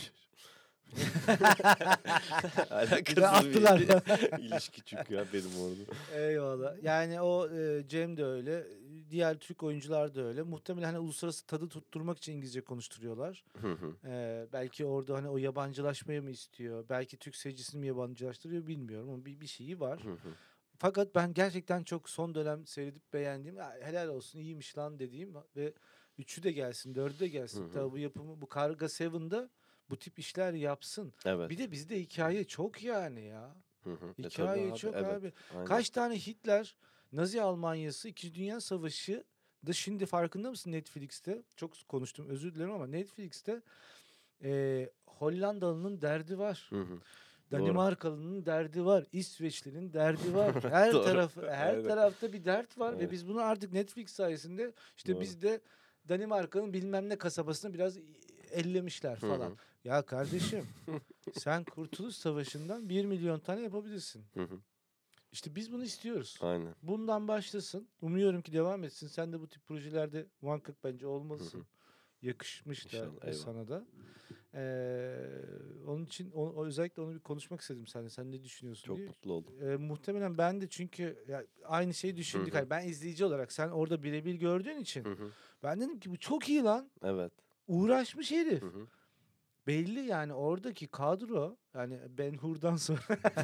Bize alakasız attılar. bir ilişki çünkü ya benim orada. Eyvallah. Yani o e, Cem de öyle. Diğer Türk oyuncular da öyle. Muhtemelen hani uluslararası tadı tutturmak için İngilizce konuşturuyorlar. Hı hı. Ee, belki orada hani o yabancılaşmayı mı istiyor? Belki Türk seyircisini mi yabancılaştırıyor bilmiyorum ama bir, bir şeyi var. Hı hı. Fakat ben gerçekten çok son dönem seyredip beğendiğim, "Ya helal olsun iyiymiş lan" dediğim ve üçü de gelsin, dördü de gelsin. Hı hı. Tabii bu yapımı, bu Karga Seven'da bu tip işler yapsın. Evet. Bir de bizde hikaye çok yani ya. Hı hı. E tabii Hikaye abi, çok evet. abi. Aynen. Kaç tane Hitler, Nazi Almanyası, İkinci Dünya Savaşı da şimdi farkında mısın Netflix'te? Çok konuştum özür dilerim ama Netflix'te e, Hollandalı'nın derdi var. Hı hı. Danimarkalı'nın derdi var, İsveçli'nin derdi var. Her Doğru. tarafı, her Aynen. tarafta bir dert var ve Evet. biz bunu artık Netflix sayesinde işte Doğru. biz de Danimarka'nın bilmem ne kasabasını biraz ellemişler Hı falan. hı. Ya kardeşim sen Kurtuluş Savaşı'ndan bir milyon tane yapabilirsin. Hı hı. İşte biz bunu istiyoruz. Aynen. Bundan başlasın. Umuyorum ki devam etsin. Sen de bu tip projelerde muhakkak bence olmalısın. Hı hı. Yakışmış da İnşallah, e, eyvallah. sana da. Ee, onun için o, o özellikle onu bir konuşmak istedim seninle. Sen ne düşünüyorsun Çok diye. mutlu oldum. Ee, muhtemelen ben de çünkü ya, aynı şeyi düşündük. Hı hı. Hani ben izleyici olarak sen orada birebir gördüğün için Hı hı. ben dedim ki bu çok iyi lan. Evet. Uğraşmış herif. Hı hı. Belli yani oradaki kadro yani Ben Hur'dan sonra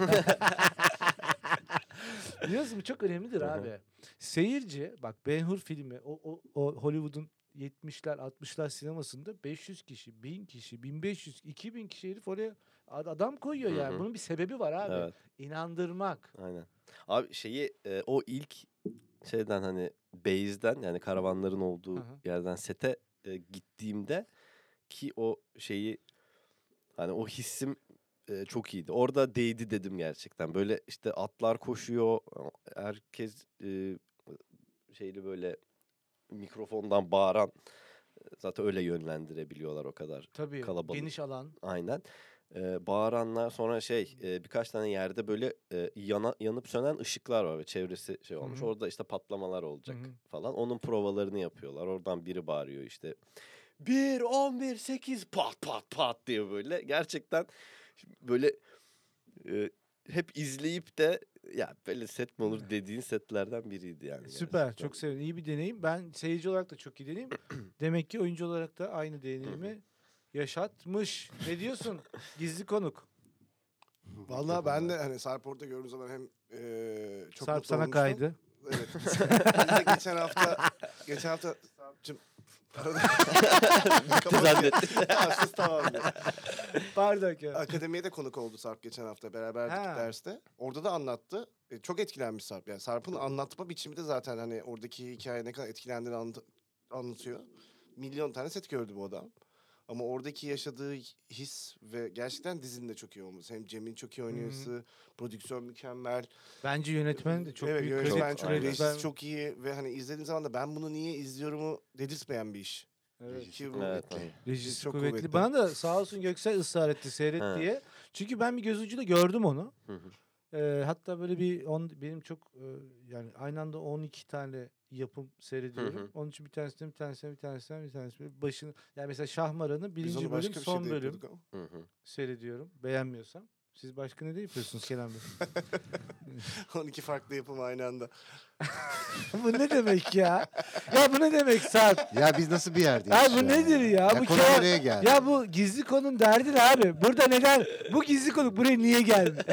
biliyorsun bu çok önemlidir Hı hı. abi. Seyirci bak Ben Hur filmi o, o, o Hollywood'un yetmişler altmışlar sinemasında beş yüz kişi, bin kişi, bin beş yüz, iki bin kişi herif oraya ad- adam koyuyor Hı yani. hı. Bunun bir sebebi var abi. Evet. İnandırmak. Aynen. Abi şeyi e, o ilk şeyden hani base'den yani karavanların Hı olduğu hı. yerden sete e, gittiğimde ki o şeyi hani o hissim e, çok iyiydi. Orada değdi dedim gerçekten. Böyle işte atlar koşuyor. Herkes e, şeyli böyle mikrofondan bağıran zaten öyle yönlendirebiliyorlar o kadar Tabii kalabalık. geniş alan. Aynen. Ee, bağıranlar sonra şey e, birkaç tane yerde böyle e, yana, yanıp sönen ışıklar var ve çevresi şey Hı olmuş. hı. Orada işte patlamalar olacak Hı hı. falan. Onun provalarını yapıyorlar. Oradan biri bağırıyor işte bir, on bir, sekiz pat pat pat diye böyle. Gerçekten böyle e, hep izleyip de ya böyle set mi olur dediğin setlerden biriydi yani Süper. gerçekten. Çok sevindim. İyi bir deneyim. Ben seyirci olarak da çok iyi deneyim. Demek ki oyuncu olarak da aynı deneyimi yaşatmış. Ne diyorsun? Gizli konuk. Vallahi ben de hani Sarp orada gördüğüm zaman hem eee çok Sarp mutlu sana olmuştum. kaydı. Evet. Biz, biz de geçen hafta geçen hafta Sarp'cığım pardon. Bitti zannettim. Tamam siz tamam diyor. Pardon ki. Akademiye de konuk oldu Sarp geçen hafta beraberdik Ha. derste. Orada da anlattı. E, çok etkilenmiş Sarp. Yani Sarp'ın anlatma biçimi de zaten hani oradaki hikaye ne kadar etkilendiğini anlat- anlatıyor. Milyon tane set gördü bu adam. Ama oradaki yaşadığı his ve gerçekten dizinin de çok iyi olması. Hem Cem'in çok iyi oynuyorsu, prodüksiyon mükemmel. Bence yönetmen de çok evet, büyük yönetmen kredi, çok, aynen. kredi rejisi ver- çok iyi ve hani izlediğin zaman da ben bunu niye izliyorumu dedirtmeyen bir iş. Evet. Ki bu Evet, aynen. Rejisi çok kuvvetli. kuvvetli. Bana da sağ olsun Göksel ısrar etti seyret Ha. diye. Çünkü ben bir göz ucuyla gördüm onu. Hı hı. Ee, hatta böyle bir on, benim çok e, yani aynı anda on iki tane yapım seyrediyorum. Hı hı. Onun için bir tanesinden bir tanesinden bir tanesinden bir tanesinden başını yani mesela Şahmaran'ı biz birinci onu bölüm başka bir son şeyde bölüm yapıyorduk ama. Hı hı. seyrediyorum. Beğenmiyorsam Siz başka ne de yapıyorsunuz Kenan Bey? on iki farklı yapım aynı anda. Bu ne demek ya? Ya bu ne demek Sarp? Ya biz nasıl bir yerdeyiz? Ya şu bu an? nedir ya? Ya Bu konu Kenan- nereye geldi? Ya bu gizli konun derdi ne abi? Burada neden? Bu gizli konuk buraya niye geldi?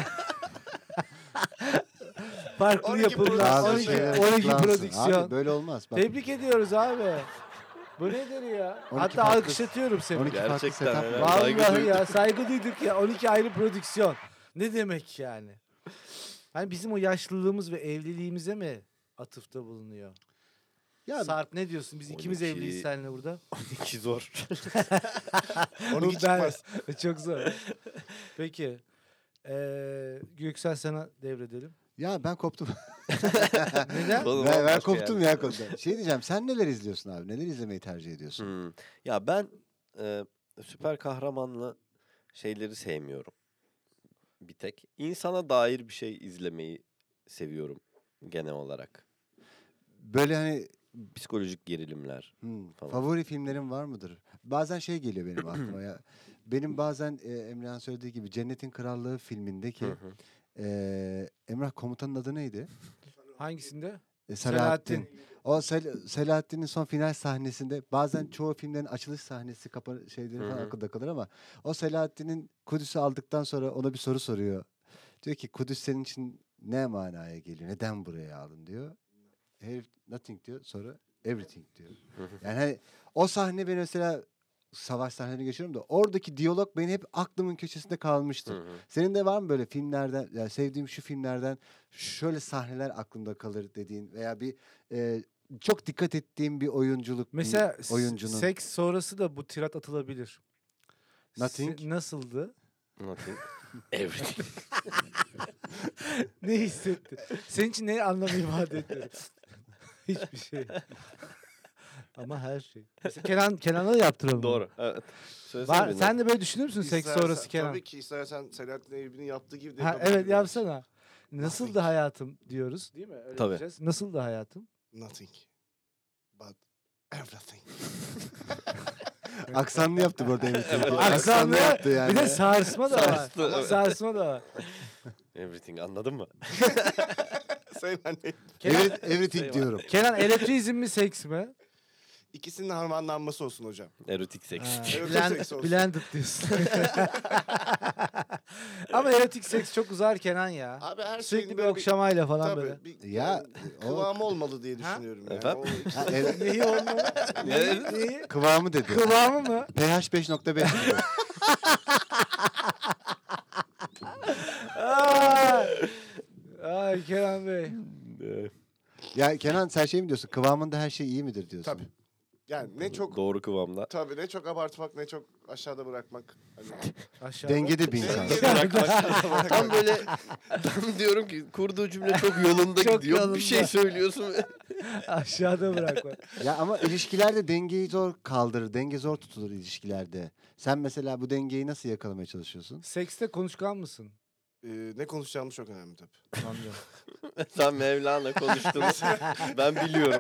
Farklı on iki yapımlar. Bazı on iki, şeyler on iki açıklansın. prodüksiyon. Abi böyle olmaz. Bak, Tebrik ediyoruz abi. Bu nedir ya? on iki Hatta farklı- alkışlatıyorum seni. on iki farklı Gerçekten setup helal. var. Saygı Vallahi duyduk. ya saygı duyduk ya. on iki ayrı prodüksiyon. Ne demek yani? Hani bizim o yaşlılığımız ve evliliğimize mi atıfta bulunuyor? Ya Sarp ne diyorsun? Biz ikimiz on iki evliyiz seninle burada. İki zor. on iki Ben- çıkmaz. Çok zor. Peki. Ee, Göksel sana devredelim. ya ben koptum. Neden? Oğlum, ben, ben bambaşka koptum yani. ya konuda. Şey diyeceğim, sen neler izliyorsun abi? Neler izlemeyi tercih ediyorsun? Hmm. Ya ben e, süper kahramanlı şeyleri sevmiyorum. Bir tek. İnsana dair bir şey izlemeyi seviyorum genel olarak. Böyle hani Psikolojik gerilimler. hmm, Falan. favori filmlerin var mıdır? Bazen şey geliyor benim aklıma ya. Benim bazen e, Emrah'ın söylediği gibi Cennetin Krallığı filmindeki Hı hı. e, Emrah komutanın adı neydi? Hangisinde? E, Selahattin. Selahattin. O Sel- Selahattin'in son final sahnesinde bazen çoğu filmlerin açılış sahnesi kapa şeyleri Hı falan hı. akılda kalır ama o Selahattin'in Kudüs'ü aldıktan sonra ona bir soru soruyor. Diyor ki Kudüs senin için ne manaya geliyor? Neden buraya aldın diyor. Herif nothing diyor. Sonra everything diyor. Hı hı. Yani hani o sahne beni mesela savaş sahnelerini geçiyorum da oradaki diyalog benim hep aklımın köşesinde kalmıştır. Hı hı. Senin de var mı böyle filmlerden, yani sevdiğim şu filmlerden şöyle sahneler aklımda kalır dediğin veya bir e, çok dikkat ettiğim bir oyunculuk, Mesela bir oyuncunun. seks sonrası da bu tirat atılabilir. Nothing. Se- nasıldı? Nothing. Everything. Ne hissettin? Senin için ne anlam ifade etti? Hiçbir şey. Ama her şey. Mesela Kenan Kenan'a da yaptıralım. bunu. Doğru. Evet. Söylesene Var, bir sen de böyle düşünür müsün seks İstersen- sonrası Kenan? Tabii ki istersen Selahattin Eyyubi'nin yaptığı gibi de Ha, yapabilirim. evet yapsana. Nasıldı Nothing. hayatım diyoruz değil mi? Öyle Tabii. diyeceğiz. Nasıldı hayatım? Nothing. But everything. Aksanlı yaptı bu arada. Evet. Aksanlı yaptı yani. Bir de sarsma da var. Sarstı, evet. Sarsma da var. Everything anladın mı? Say my name. Kenan, Every- everything Şey var. diyorum. Kenan elektrizm mi seks mi? İkisinin harmanlanması olsun hocam. Erotik seks. Ha, Erotik blend- seks olsun. blended diyorsun. Ama erotik seks çok uzar Kenan ya. Abi her Sürekli şeyin bir böyle okşamayla falan tabii, böyle. bir, Ya, yani o- kıvamı olmalı diye Ha? düşünüyorum. Yani. Efendim? O ikisi- Ha, evet, Neyi olmalı? Neyi? Ne? Neyi? kıvamı dedi. Kıvamı mı? pH beş nokta beş gibi. Ay, Ay Kenan Bey. Ee, Ya Kenan sen şey mi diyorsun? Kıvamında her şey iyi midir diyorsun? Tabii. Yani ne çok Doğru kıvamda. tabii ne çok abartmak ne çok aşağıda bırakmak. Hani Aşağıda. Dengede bir insan. Dengede- Tam böyle tam diyorum ki kurduğu cümle çok yolunda Çok gidiyor. yolunda. Bir şey söylüyorsun. Aşağıda bırakma. Ya ama ilişkilerde dengeyi zor kaldırır. Denge zor tutulur ilişkilerde. Sen mesela bu dengeyi nasıl yakalamaya çalışıyorsun? Sekste konuşkan mısın? Ee, ne konuşacağımız çok önemli tabii. Anlıyorum. Sen Mevlana konuştuğunu ben biliyorum.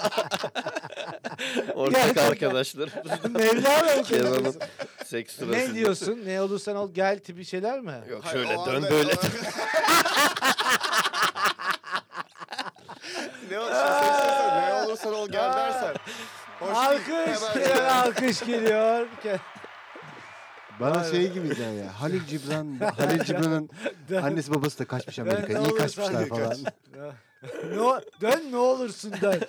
Ortak Gerçekten. arkadaşlar. Mevlana mı Kenan'ın konuşuyorsun? seks sırasında. Ne diyorsun? Ne olursan ol gel tipi şeyler mi? Yok Hayır, şöyle o dön anda- böyle. ne olursa ne olursan ol gel dersen. Hoş değil, Alkış hemen Kenan gel. alkış geliyor. Ke- Bana Vay şey gibi yani ya. Halil Cibran, Halil Cibran'ın Dön- annesi babası da kaçmış dön Amerika'ya. ne İyi olursan kaçmışlar gel, falan. ne, o- dön ne olursun dön.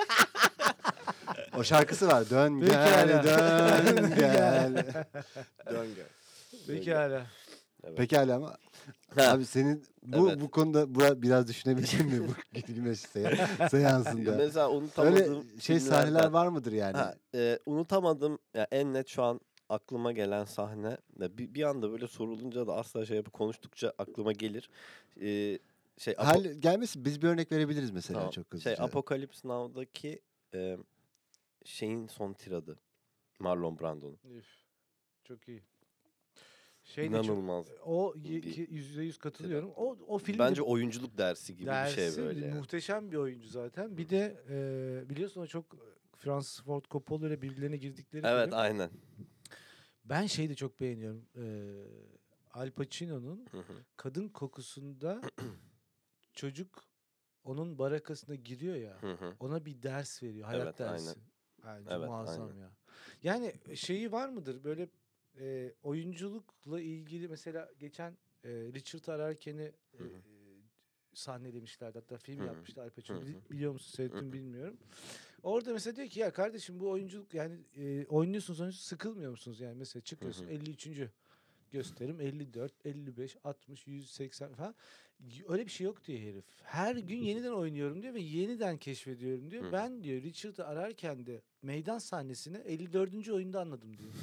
O şarkısı var. Dön Pekala. gel, dön gel. Dön gel. Pekala. Evet. Pekala ama Ha, abi senin bu Evet. bu konuda bu biraz düşünebilir mi bu gidilme se- seansında? Mesela unutamadığım Öyle şey sahneler filmlerden- var mıdır yani? Ha, e, unutamadım ya en net şu an aklıma gelen sahne ya bir, bir anda böyle sorulunca da asla şey yapıp konuştukça aklıma gelir. Ee, şey Apo- Hal gelmesin biz bir örnek verebiliriz mesela Tamam. çok hızlıca. Şey Apocalypse Now'daki e, şeyin son tiradı. Marlon Brando'nun. Üf, çok iyi. Şey de çok, İnanılmaz. o y- Bir- ki- yüzde yüz katılıyorum. O o film Bence oyunculuk dersi gibi bir şey dersi, böyle. yani. muhteşem bir oyuncu zaten. Bir de e, biliyorsun o çok Francis Ford Coppola ile birbirlerine girdikleri Evet film. aynen. Ben şeyi de çok beğeniyorum. E, Al Pacino'nun Hı hı. kadın kokusunda çocuk onun barakasına giriyor ya. Hı hı. Ona bir ders veriyor. Hayat Evet, dersi. aynen. Bence Evet, muazzam aynen. ya. Yani şeyi var mıdır böyle e, oyunculukla ilgili mesela geçen e, Richard ararken'i e, Hı hı. sahnelemişlerdi. Hatta film Hı hı. yapmıştı Al Pacino. Hı hı. Bili- Biliyor musun? Hı Seyrettim hı. bilmiyorum. Orada mesela diyor ki ya kardeşim bu oyunculuk yani e, oynuyorsunuz oynuyorsunuz sıkılmıyor musunuz? Yani mesela çıkıyorsun hı. elli üçüncü gösterim elli dört, elli beş, altmış, yüz seksen falan. Y- Öyle bir şey yok diyor herif. Her gün yeniden oynuyorum diyor ve yeniden keşfediyorum diyor. Hı hı. Ben diyor Richard'ı ararken de meydan sahnesini elli dördüncü oyunda anladım diyor.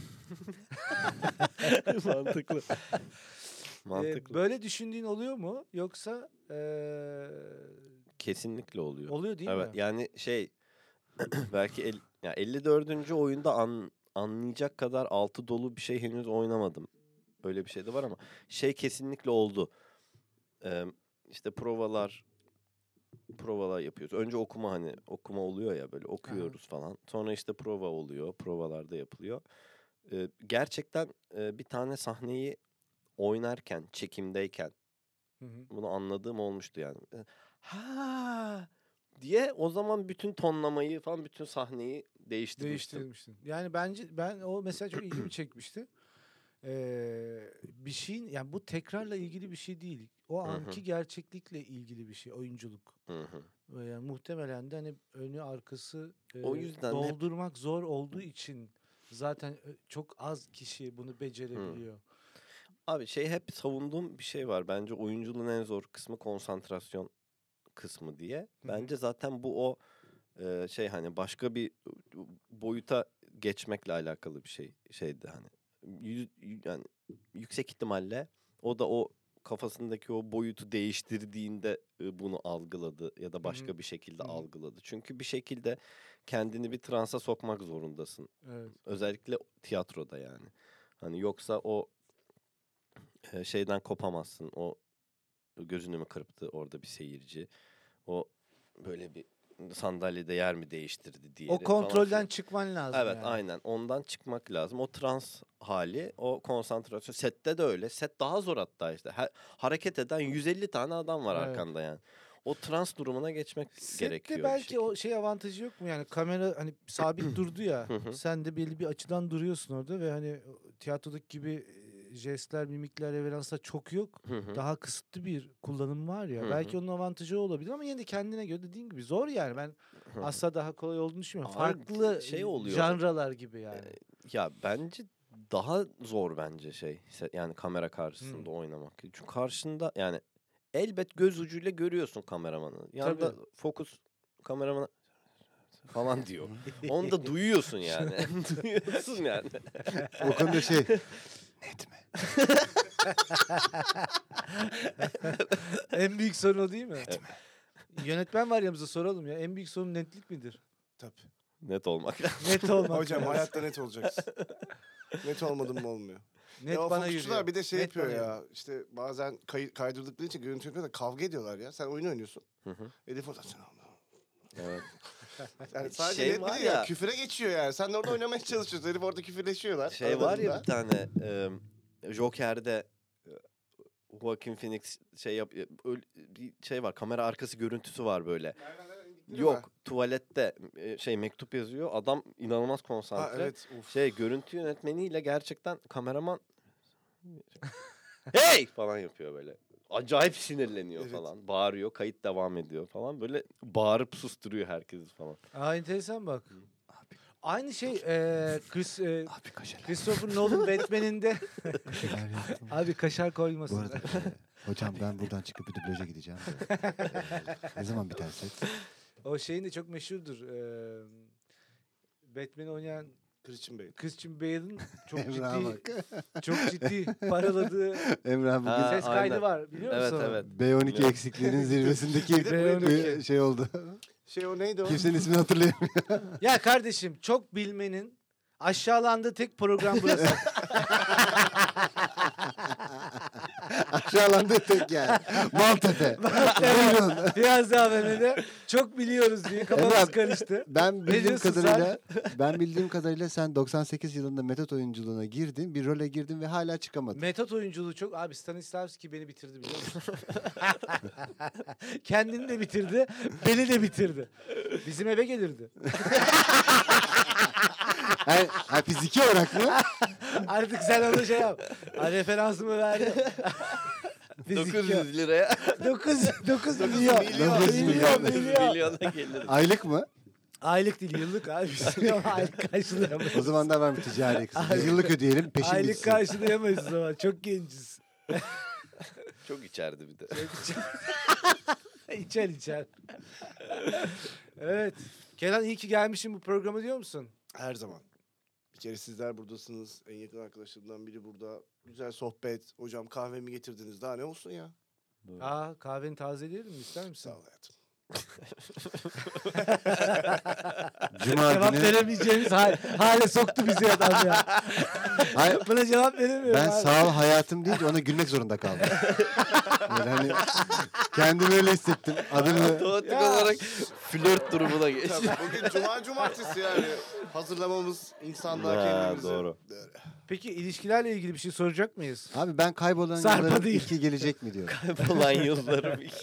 Mantıklı. Ee, Mantıklı. böyle düşündüğün oluyor mu? Yoksa ee, Kesinlikle oluyor. oluyor değil Evet, mi? yani şey belki el, ya elli dördüncü oyunda an, anlayacak kadar altı dolu bir şey henüz oynamadım. Öyle bir şey de var ama şey kesinlikle oldu. Ee, işte provalar provalar yapıyoruz. Önce okuma, hani okuma oluyor ya, böyle okuyoruz falan. Sonra işte prova oluyor. Provalarda yapılıyor. Ee, gerçekten e, bir tane sahneyi oynarken, çekimdeyken Hı hı. bunu anladığım olmuştu yani. E, Ha diye o zaman bütün tonlamayı falan, bütün sahneyi değiştirmiştim. Değiştirmiştin. Yani bence ben o mesela çok ilgimi çekmişti. Ee, bir şeyin yani bu tekrarla ilgili bir şey değil. O Hı hı. anki gerçeklikle ilgili bir şey oyunculuk. Hı hı. Ve Yani muhtemelen de hani önü arkası e, O yüzden hep- doldurmak zor olduğu için zaten e, çok az kişi bunu becerebiliyor. Abi şey, hep savunduğum bir şey var. Bence oyunculuğun en zor kısmı konsantrasyon kısmı diye. Hı hı. Bence zaten bu o e, şey, hani başka bir boyuta geçmekle alakalı bir şey şeydi hani. Yüz- yani yüksek ihtimalle o da o kafasındaki o boyutu değiştirdiğinde e, bunu algıladı ya da başka bir şekilde Hı hı. algıladı. Çünkü bir şekilde kendini bir transa sokmak zorundasın. Evet. Özellikle tiyatroda yani. Hani yoksa o e, şeyden kopamazsın. O gözünü mü kırptı orada bir seyirci. O böyle bir sandalyede yer mi değiştirdi diğeri O falan kontrolden filan. çıkman lazım Evet, yani. aynen, ondan çıkmak lazım. O trans hali, o konsantrasyon. Sette de öyle. Set daha zor hatta işte. Ha- hareket eden yüz elli tane adam var Evet. arkanda yani. O trans durumuna geçmek Sette gerekiyor bir belki şekilde. o şey avantajı yok mu yani kamera hani sabit durdu ya Hı hı. sen de belli bir açıdan duruyorsun orada ve hani tiyatrodaki gibi e, jestler, mimikler, reveranslar çok yok. Hı hı. Daha kısıtlı bir kullanım var ya. Hı hı. Belki onun avantajı o olabilir ama yine de kendine göre dediğin gibi zor yani. Ben Hı hı. asla daha kolay olduğunu düşünmüyorum. Abi, Farklı şey e, oluyor. janralar gibi yani. Ya bence daha zor bence şey. se- Yani kamera karşısında oynamak. Çünkü karşında yani elbet göz ucuyla görüyorsun kameramanı. Yanda Tabii. fokus kameramana falan diyor. Onu da duyuyorsun yani. Duyuyorsun yani. O konuda şey net mi? En büyük sorun o değil mi? Yönetmen var yanımızda soralım ya. En büyük sorun netlik midir? Tabii. Net olmak lazım. Net olmak Hocam lazım. hayatta net olacaksın. Net olmadın mı olmuyor. Net ya o bana fokusçular yürüyor. bir de şey Net yapıyor bana ya. yürüyor. İşte bazen kay- kaydırdıkları için görüntü yapıyorlar. Kavga ediyorlar ya. Sen oyun oynuyorsun. Hı hı. Elif orada sen Evet. yani sadece Şey net var değil ya. ya- Küfüre geçiyor yani. Sen de orada oynamaya çalışıyorsun. Herif orada küfürleşiyorlar. Şey var ya aralarında. bir tane e, Joker'de e, Joaquin Phoenix şey yap e, öl- bir şey var, kamera arkası görüntüsü var böyle. Yok, tuvalette e, şey mektup yazıyor. Adam inanılmaz Ha konsantre. evet. Uf. Şey, görüntü yönetmeniyle gerçekten kameraman hey falan yapıyor böyle. Acayip sinirleniyor Evet. falan. Bağırıyor, kayıt devam ediyor falan. Böyle bağırıp susturuyor herkesi falan. Aa enteresan bak. Aynı şey eee Chris, eee, Abi kaşar. Christopher Nolan Batman'inde Neler yaptım. abi kaşar Bu koymasın. arada e, hocam ben buradan çıkıp bir dublaja gideceğim de. E, ne zaman biter set? O şeyin de çok meşhurdur. Eee Batman'i oynayan Christian Bale. Christian Bale'ın çok Emrah'a ciddi bak. çok ciddi paraladığı Emrah bugün Ha, ses kaydı aynen. var biliyor Evet, musun? evet. B on iki Biliyorum. eksikliğinin zirvesindeki B on iki. bir şey oldu. Şey o neydi o? Kimsenin ismini hatırlayamıyor. Ya kardeşim çok bilmenin aşağılandığı tek program burası. Aşağılandığı tek yer. Maltepe. Buyurun. Piyazza A V M'de çok biliyoruz diye kafamız Emrah, karıştı. Ben bildiğim diyorsun sen? kadarıyla ben bildiğim kadarıyla sen doksan sekiz yılında metot oyunculuğuna girdin, bir role girdin ve hala çıkamadın. Metot oyunculuğu çok... Abi Stanislavski beni bitirdi biliyor musun? Kendini de bitirdi, beni de bitirdi. Bizim eve gelirdi. Ha, ha, fiziki olarak mı? Artık sen ona şey yap. Ha, referansımı verdim. dokuz yüz liraya dokuz dokuz milyon. milyon. Milyon, milyon, dokuz milyon. milyona gelir. Aylık mı? Aylık değil, yıllık abi. Biz aylık karşılayamayız. O zaman da var mı ticari kısım? Biz yıllık ödeyelim, peşin Aylık bitsin. karşılayamayız o zaman. Çok genciz. Çok içerdi bir de. içer içer. Evet. Kenan iyi ki gelmişsin bu programa diyor musun? Her zaman. Bir kere sizler buradasınız. En yakın arkadaşlarımdan biri burada. Güzel sohbet. Hocam kahvemi getirdiniz. Daha ne olsun ya? Aa, kahveni tazeleyelim mi? İster misin? Sağ ol hayatım. Cuma Cevap günü veremeyeceğimiz hal, hale soktu bizi adam ya. Hayır, Buna cevap veremiyorum ben abi. sağ ol hayatım deyince ona gülmek zorunda kaldım. Yani hani kendimi öyle hissettim. Adını Otomatik Ya. olarak flört durumuna geçti. Tabii, bugün cuma cumartesi yani. Hazırlamamız insanlar Ha, kendimizi. doğru. Böyle. Peki ilişkilerle ilgili bir şey soracak mıyız? Abi ben kaybolan Sarpa yılların değil. ilki gelecek mi diyorum. Kaybolan yıllarım iki.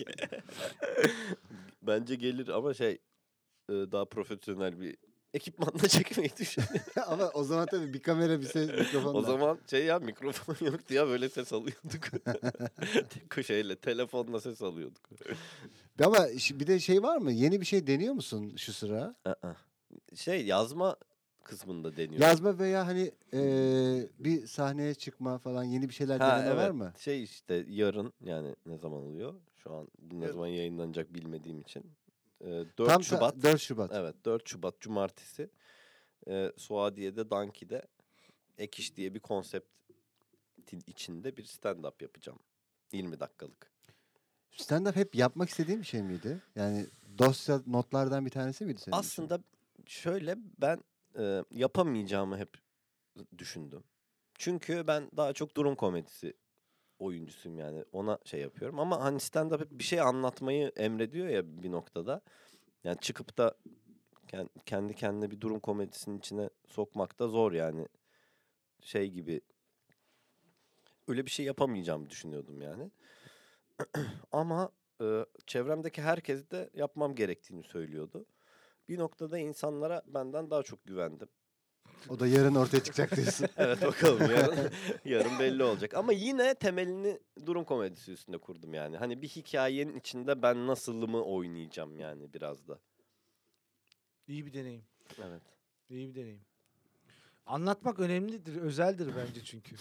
Bence gelir ama şey e, daha profesyonel bir ekipmanla çekmeyi düşünüyorum. Ama o zaman tabii bir kamera bir ses mikrofon O da. zaman şey ya mikrofon yoktu ya böyle ses alıyorduk. Tek şeyle telefonla ses alıyorduk. Ama şi- bir de şey var mı? Yeni bir şey deniyor musun şu sıra? Aa. Şey yazma kısmında deniyor. Yazma veya hani eee, bir sahneye çıkma falan yeni bir şeyler Ha, deneme evet. var mı? Şey işte yarın yani ne zaman oluyor? Şu an bu ne Evet. zaman yayınlanacak bilmediğim için. Ee, dört Tam Şubat. dört Şubat. Evet dört Şubat Cumartesi. Ee, Suadiye'de Danki'de Ek İş diye bir konseptin içinde bir stand-up yapacağım. yirmi dakikalık. Stand-up hep yapmak istediğin bir şey miydi? Yani dosya notlardan bir tanesi miydi senin için? Aslında şöyle ben e, yapamayacağımı hep düşündüm. Çünkü ben daha çok durum komedisi oyuncusuyum yani ona şey yapıyorum. Ama hani stand-up hep bir şey anlatmayı emrediyor ya bir noktada. Yani çıkıp da ken- kendi kendine bir durum komedisinin içine sokmak da zor yani. Şey gibi öyle bir şey yapamayacağımı düşünüyordum yani. Ama e, çevremdeki herkes de yapmam gerektiğini söylüyordu. Bir noktada insanlara benden daha çok güvendim. O da yarın ortaya çıkacak diyorsun. Evet bakalım yarın, yarın belli olacak. Ama yine temelini durum komedisi üstünde kurdum yani. Hani bir hikayenin içinde ben nasılımı oynayacağım yani biraz da. İyi bir deneyim. Evet. İyi bir deneyim. Anlatmak önemlidir, özeldir bence çünkü.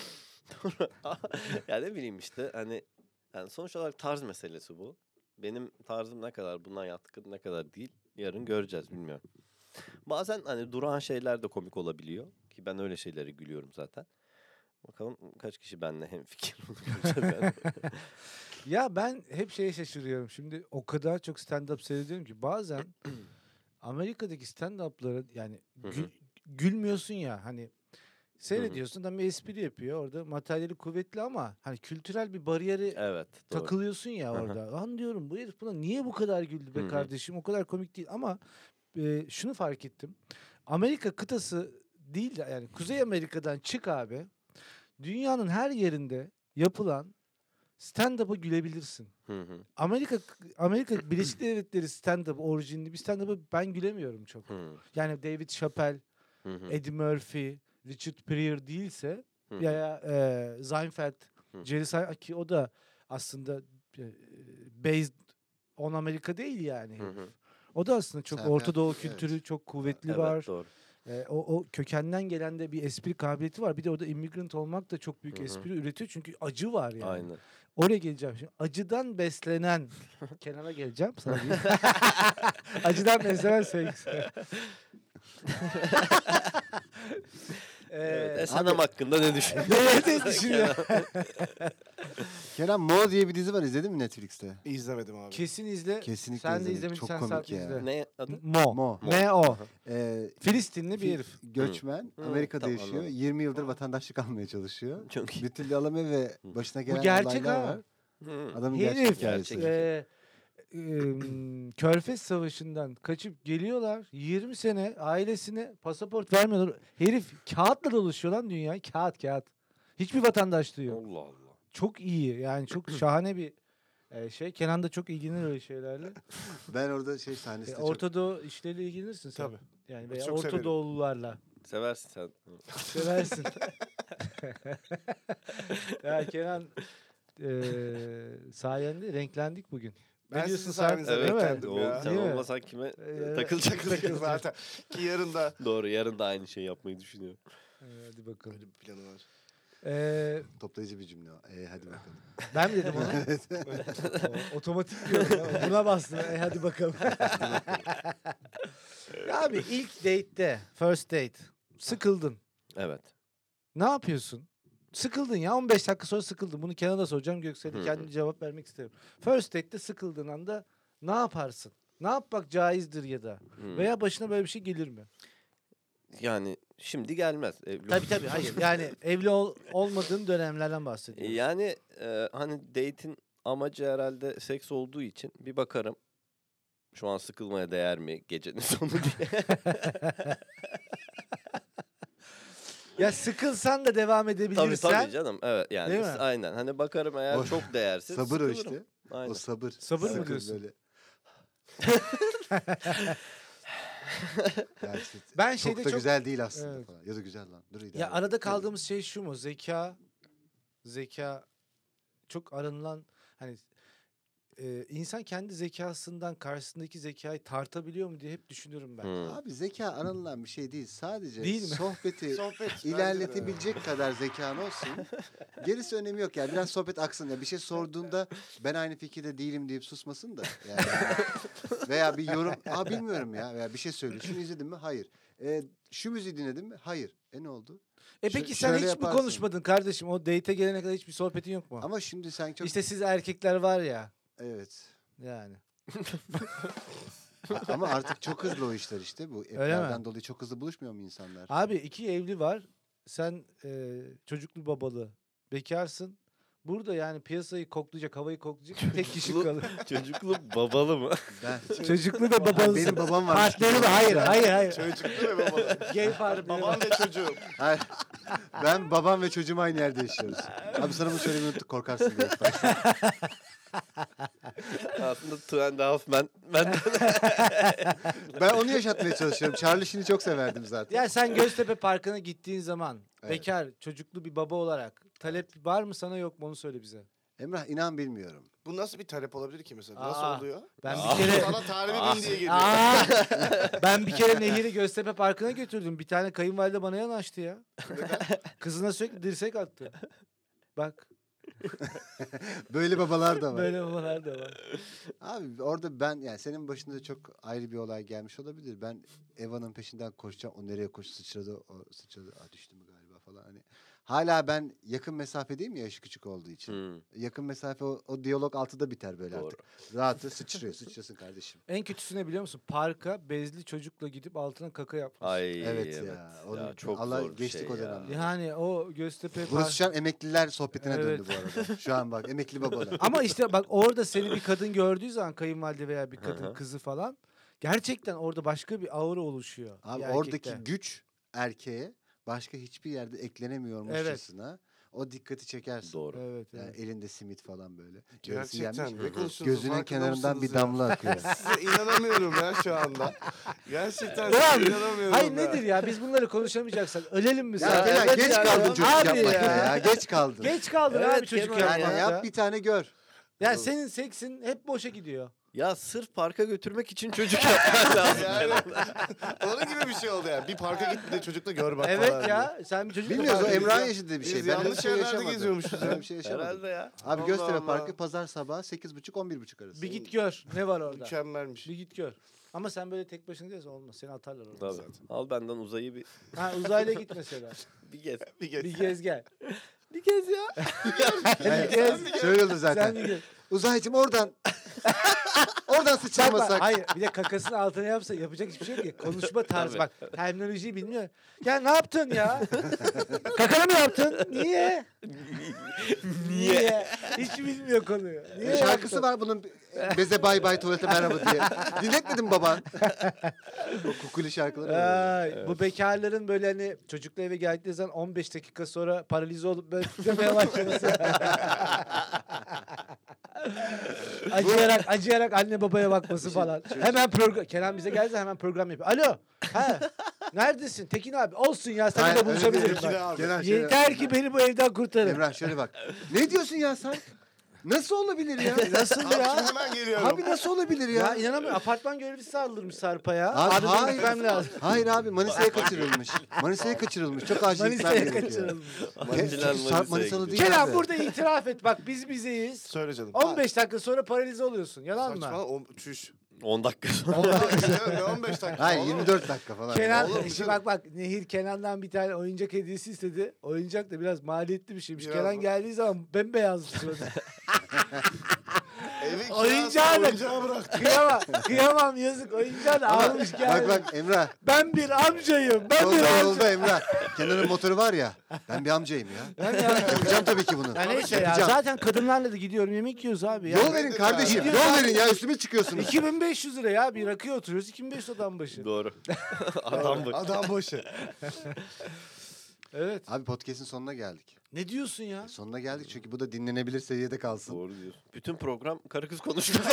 Ya ne bileyim işte hani yani sonuç olarak tarz meselesi bu. Benim tarzım ne kadar buna yatkın ne kadar değil yarın göreceğiz bilmiyorum. Bazen hani duran şeyler de komik olabiliyor ki ben öyle şeylere gülüyorum zaten. Bakalım kaç kişi benimle hemfikir onu göreceğiz yani. Ya ben hep şeye şaşırıyorum. Şimdi o kadar çok stand-up seyrediyorum ki bazen Amerika'daki stand-up'lara yani Hı hı. gül- gülmüyorsun ya hani seyrediyorsun da bir espri yapıyor orada materyali kuvvetli ama hani kültürel bir bariyeri Evet doğru. takılıyorsun ya Hı hı. orada. Lan diyorum bu herif buna niye bu kadar güldü be Hı hı. kardeşim? O kadar komik değil ama e, şunu fark ettim. Amerika kıtası değil de yani Kuzey Amerika'dan çık abi. Dünyanın her yerinde yapılan stand-up'a gülebilirsin. Hı hı. Amerika Amerika Birleşik Devletleri stand-up orijinli bir stand-up'a ben gülemiyorum çok. Hı Yani David Chappelle, hı. hı. Eddie Murphy, Richard Pryor değilse Hı hı. ya ya e, Seinfeld, Hı. Jerry Seinfeld ki o da aslında e, based on Amerika değil yani. Hı hı. O da aslında çok Seinfeld, Orta Doğu evet. kültürü çok kuvvetli Evet var. doğru. E, o, o kökenden gelen de bir espri kabiliyeti var. Bir de orada immigrant olmak da çok büyük Hı hı. espri üretiyor. Çünkü acı var yani. Aynen. Oraya geleceğim şimdi. Acıdan beslenen Kenan'a geleceğim sana değil. Acıdan beslenen sevgisi. Evet, Ee, Esenem hakkında ne düşünüyorsun? ne ne düşünüyor? Kerem Mo diye bir dizi var, izledin mi Netflix'te? İzlemedim abi. Kesin izle. Kesinlikle Sen de izledim. izlemediysen Çok komik sen ya. izle. Ne adı? Mo. Mo. M O. Ee, Filistinli bir fi- herif. Göçmen, Hı. Amerika'da Tamam, yaşıyor. anladım. yirmi yıldır vatandaşlık almaya çalışıyor. Çok iyi. Bir türlü alamıyor ve başına gelen Bu gerçek olaylar ha. var. Hı. Adamın gerçek Herif hikayesi. Gerçek. e, e, Körfez Savaşı'ndan kaçıp geliyorlar. yirmi sene ailesine pasaport vermiyorlar. Herif kağıtla dolaşıyor lan dünya. Kağıt kağıt. Hiçbir vatandaşlığı yok. Allah Allah. Çok iyi yani çok şahane bir e, şey. Kenan da çok ilgilenir öyle şeylerle. Ben orada şey E, sahnesinde çok... Orta Doğu işleriyle ilgilenirsin sen. Tabii. Yani veya Çok Orta severim. Doğulularla. Seversin sen. Seversin. ya Kenan e, sayende renklendik bugün. Ne Ben diyorsun sizin sen? sayenizde Değil mi? renklendim O, ya. sen Değil mi? olmasan kime Ee, takılacak? Takılacak zaten. Ki yarın da Doğru, yarın da aynı şeyi yapmayı düşünüyorum. Ee, Hadi bakalım. öyle bir planı var. Ee, Toplayıcı bir cümle o. E, hadi bakalım. ben mi dedim onu? O- Otomatik diyorum ya. Buna bastım. E, hadi bakalım. Ya abi ilk date'te, first date sıkıldın. Evet. Ne yapıyorsun? Sıkıldın ya. on beş dakika sonra sıkıldın. Bunu Kenan'a da soracağım. Göksel'e Hı. kendi cevap vermek isterim. First date'te sıkıldığın anda ne yaparsın? Ne yapmak caizdir ya da? Hı. Veya başına böyle bir şey gelir mi? Yani şimdi gelmez. Evli Tabii tabii. Hayır. Yani evli ol, olmadığın dönemlerden bahsediyorum. Yani e, hani date'in amacı herhalde seks olduğu için bir bakarım. Şu an sıkılmaya değer mi gecenin sonu diye. Ya sıkılsan da devam tabii edebilirsen. tabii canım. Evet yani Değil mi? aynen. Hani bakarım eğer O- çok değersiz. Sabır o sıkılırım. işte. Aynen. O sabır. Sabır mı Sakın diyorsun? Böyle. Ya işte Ben çok şeyde da çok- güzel değil aslında Evet. falan. Ya da güzel lan. Dur idare Ya et. arada kaldığımız şey şu mu? Zeka, zeka çok aranılan hani e, insan kendi zekasından karşısındaki zekayı tartabiliyor mu diye hep düşünüyorum ben. Hı. Abi zeka aranılan bir şey değil. Sadece Değil mi? sohbeti Sohbet. bence de. ilerletebilecek kadar zekan olsun. Gerisi önemi yok yani. Biraz sohbet aksın ya. Bir şey sorduğunda ben aynı fikirde değilim deyip susmasın da. Yani. Veya bir yorum. Aa bilmiyorum ya. Veya bir şey söylüyor. Şunu izledin mi? Hayır. E, şu müziği dinledin mi? Hayır. E ne oldu? E Şö- peki sen şöyle hiç mi yaparsın. konuşmadın kardeşim? O date'e gelene kadar hiçbir sohbetin yok mu? Ama şimdi sen çok... İşte siz erkekler var ya Evet. yani. A- Ama artık çok hızlı o işler işte. Bu mi? app'lerden dolayı çok hızlı buluşmuyor mu insanlar? Abi iki evli var. Sen e, çocuklu babalı bekarsın. Burada yani piyasayı koklayacak, havayı koklayacak tek kişi kalır. Çocuklu babalı mı? Ben... Çocuklu da Abi babalı. benim babam var. Partneri de hayır, hayır, hayır. Çocuklu ve babalı. Gay partneri. Babam ve çocuğum. Hayır. Ben babam ve çocuğum aynı yerde yaşıyoruz. Abi sana bunu söylemeyi unuttuk korkarsın diye. Aslında Two and a Half Men. Ben Ben onu yaşatmaya çalışıyorum. Charlie Sheen'i çok severdim zaten. Ya sen Göztepe Parkı'na gittiğin zaman Evet. bekar, çocuklu bir baba olarak talep var mı sana yok mu onu söyle bize. Emrah inan bilmiyorum. Bu nasıl bir talep olabilir ki mesela? Aa, Nasıl oluyor? Ben Aa. bir kere Sana tarifi bin diye geliyor. Aa! Ben bir kere Nehir'i Göztepe Parkı'na götürdüm. Bir tane kayınvalide bana yanaştı ya. Kızına sürekli dirsek attı. Bak Böyle babalar da var. böyle babalar da var. Abi orada ben yani senin başında çok ayrı bir olay gelmiş olabilir. Ben Eva'nın peşinden koşacağım. O nereye koştu sıçradı. O sıçradı. Aa, düştü mü galiba falan. Hani hala ben yakın mesafedeyim ya yaşı küçük olduğu için. Hmm, Yakın mesafe o, o diyalog altıda biter böyle doğru. artık. Rahatı sıçrıyor. Sıçrasın kardeşim. En kötüsü ne biliyor musun? Parka bezli çocukla gidip altına kaka yapmış. Ay Evet, evet, ya. Onu ya. Çok Allah zor bir geçtik şey o ya. dönemde. Yani o Göztepe Burası Park... şu an emekliler sohbetine Evet. döndü bu arada. Şu an bak emekli babalar. Ama işte bak orada seni bir kadın gördüğü zaman kayınvalide veya bir Hı kadın hı. kızı falan gerçekten orada başka bir aura oluşuyor. Abi bir oradaki erkekte. güç erkeğe başka hiçbir yerde eklenemiyormuşçasına o dikkati çekersin. Doğru. Evet, Yani evet. elinde simit falan böyle. Yarısı Gerçekten yenmiş. ne konuşuyorsunuz? Gözünün Farkında kenarından bir mısınız ya? damla akıyor. Size inanamıyorum ya şu anda. Gerçekten Ulan, size inanamıyorum Hayır ya. nedir ya biz bunları konuşamayacaksak ölelim mi Ya sen? Kenan Evet geç ya. kaldın çocuk Abi yapmakta ya. ya. Geç kaldın. Geç kaldın Evet, abi çocuk Kenan, Yani yapmakta. yap bir tane gör. Ya senin seksin hep boşa gidiyor. Ya sırf parka götürmek için çocuk yapman lazım. Yani, onun gibi bir şey oldu yani. Bir parka git bir de çocukla gör bak falan Evet diye. ya sen bir çocuk Bilmiyoruz o Biz Emrah'ın ya- yaşadığı bir biz şey. Ben öyle yanlış bir şey yerlerde yaşamadım. geziyormuşuz Ben ya. öyle bir şey yaşamadım. Herhalde ya. Abi Allah Göztepe Allah. Parkı pazar sabahı sekiz buçuk on bir buçuk arası. bir git gör ne var orada. Mükemmelmiş. Bir git gör. Ama sen böyle tek başına değilsin olmaz. Seni atarlar orada. Tabii. Al benden uzayı bir, Ha uzayla git mesela. bir gez. Bir gez. Bir gez gel. Bir gez ya. Yani, Bir gez. şöyle oldu Sen zaten. bir gez. Uzaycım oradan. Oradan Bak, bak, sıçramasak. hayır bir de kakasının altına yapsa yapacak hiçbir şey yok ki. Konuşma tarzı bak terminolojiyi bilmiyor. Ya ne yaptın ya? Kakana mı yaptın? Niye? Niye? Hiç bilmiyor konuyu. Niye Şarkısı yaptın? var bunun. Beze bay bay tuvalete merhaba diye. Dinletmedin baban. O kukuli şarkıları var. Ay, Bu bekarların böyle hani çocukla eve geldikleri zaman on beş dakika sonra paralize olup böyle titremeye başlaması. acıyarak acıyarak anne babaya bakması falan. Hemen program Kenan bize gelse hemen program yapıyor. Alo. Ha. Neredesin? Tekin abi. Olsun ya seninle Hayır, buluşabilirim öyle değil. ben. Kenan şöyle- Yeter ki beni bu evden kurtarın. Emrah şöyle bak. Ne diyorsun ya sen? Nasıl olabilir ya? Nasıl Abi ya? şimdi hemen geliyorum. Abi nasıl olabilir ya? Ya inanamıyorum. Apartman görevlisi saldırmış Sarp'a ya. Abi, Abi, benim hayır. gitmem lazım. Hayır abi Manisa'ya kaçırılmış. Manisa'ya kaçırılmış. Çok acil gitmem Manisa'ya gerekiyor. kaçırılmış. Acilen Sarp Manisa'ya Manisalı değil Kenan abi. burada itiraf et. Bak biz bizeyiz. Söyle canım. on beş dakika sonra paralize oluyorsun. Yalan mı? Saçmalama. O, çüş. on dakika sonra. Ne on beş dakika? Hayır oğlum? yirmi dört dakika falan. Kenan, Olur mu şimdi canım? bak bak Nehir Kenan'dan bir tane oyuncak hediyesi istedi. Oyuncak da biraz maliyetli bir şeymiş. Biraz Kenan mı? geldiği zaman bembeyaz suratı. Evi Oyuncağı kirası, da- oyuncağı bırak. kıyamam, kıyamam yazık. Oyuncağı da almış Bak geldi. bak Emrah. Ben bir amcayım. Ben Yolda bir amcayım. yolda Emrah. Kenan'ın motoru var ya. Ben bir amcayım ya. Ben ya. Yapacağım tabii ki bunu. Ya neyse ya Yapacağım. zaten kadınlarla da gidiyorum yemek yiyoruz abi. Ya. Yol verin kardeşim. Gidiyoruz Yol abi. verin ya üstüme çıkıyorsunuz. iki bin beş yüz lira ya bir rakıya oturuyoruz. iki bin beş yüz adam başı. Doğru. Adam bak. Adam boşu. Evet. Abi podcast'in sonuna geldik. Ne diyorsun ya? Sonuna geldik çünkü bu da dinlenebilir seviyede kalsın. Doğru diyorsun. Bütün program karı kız konuşuyor.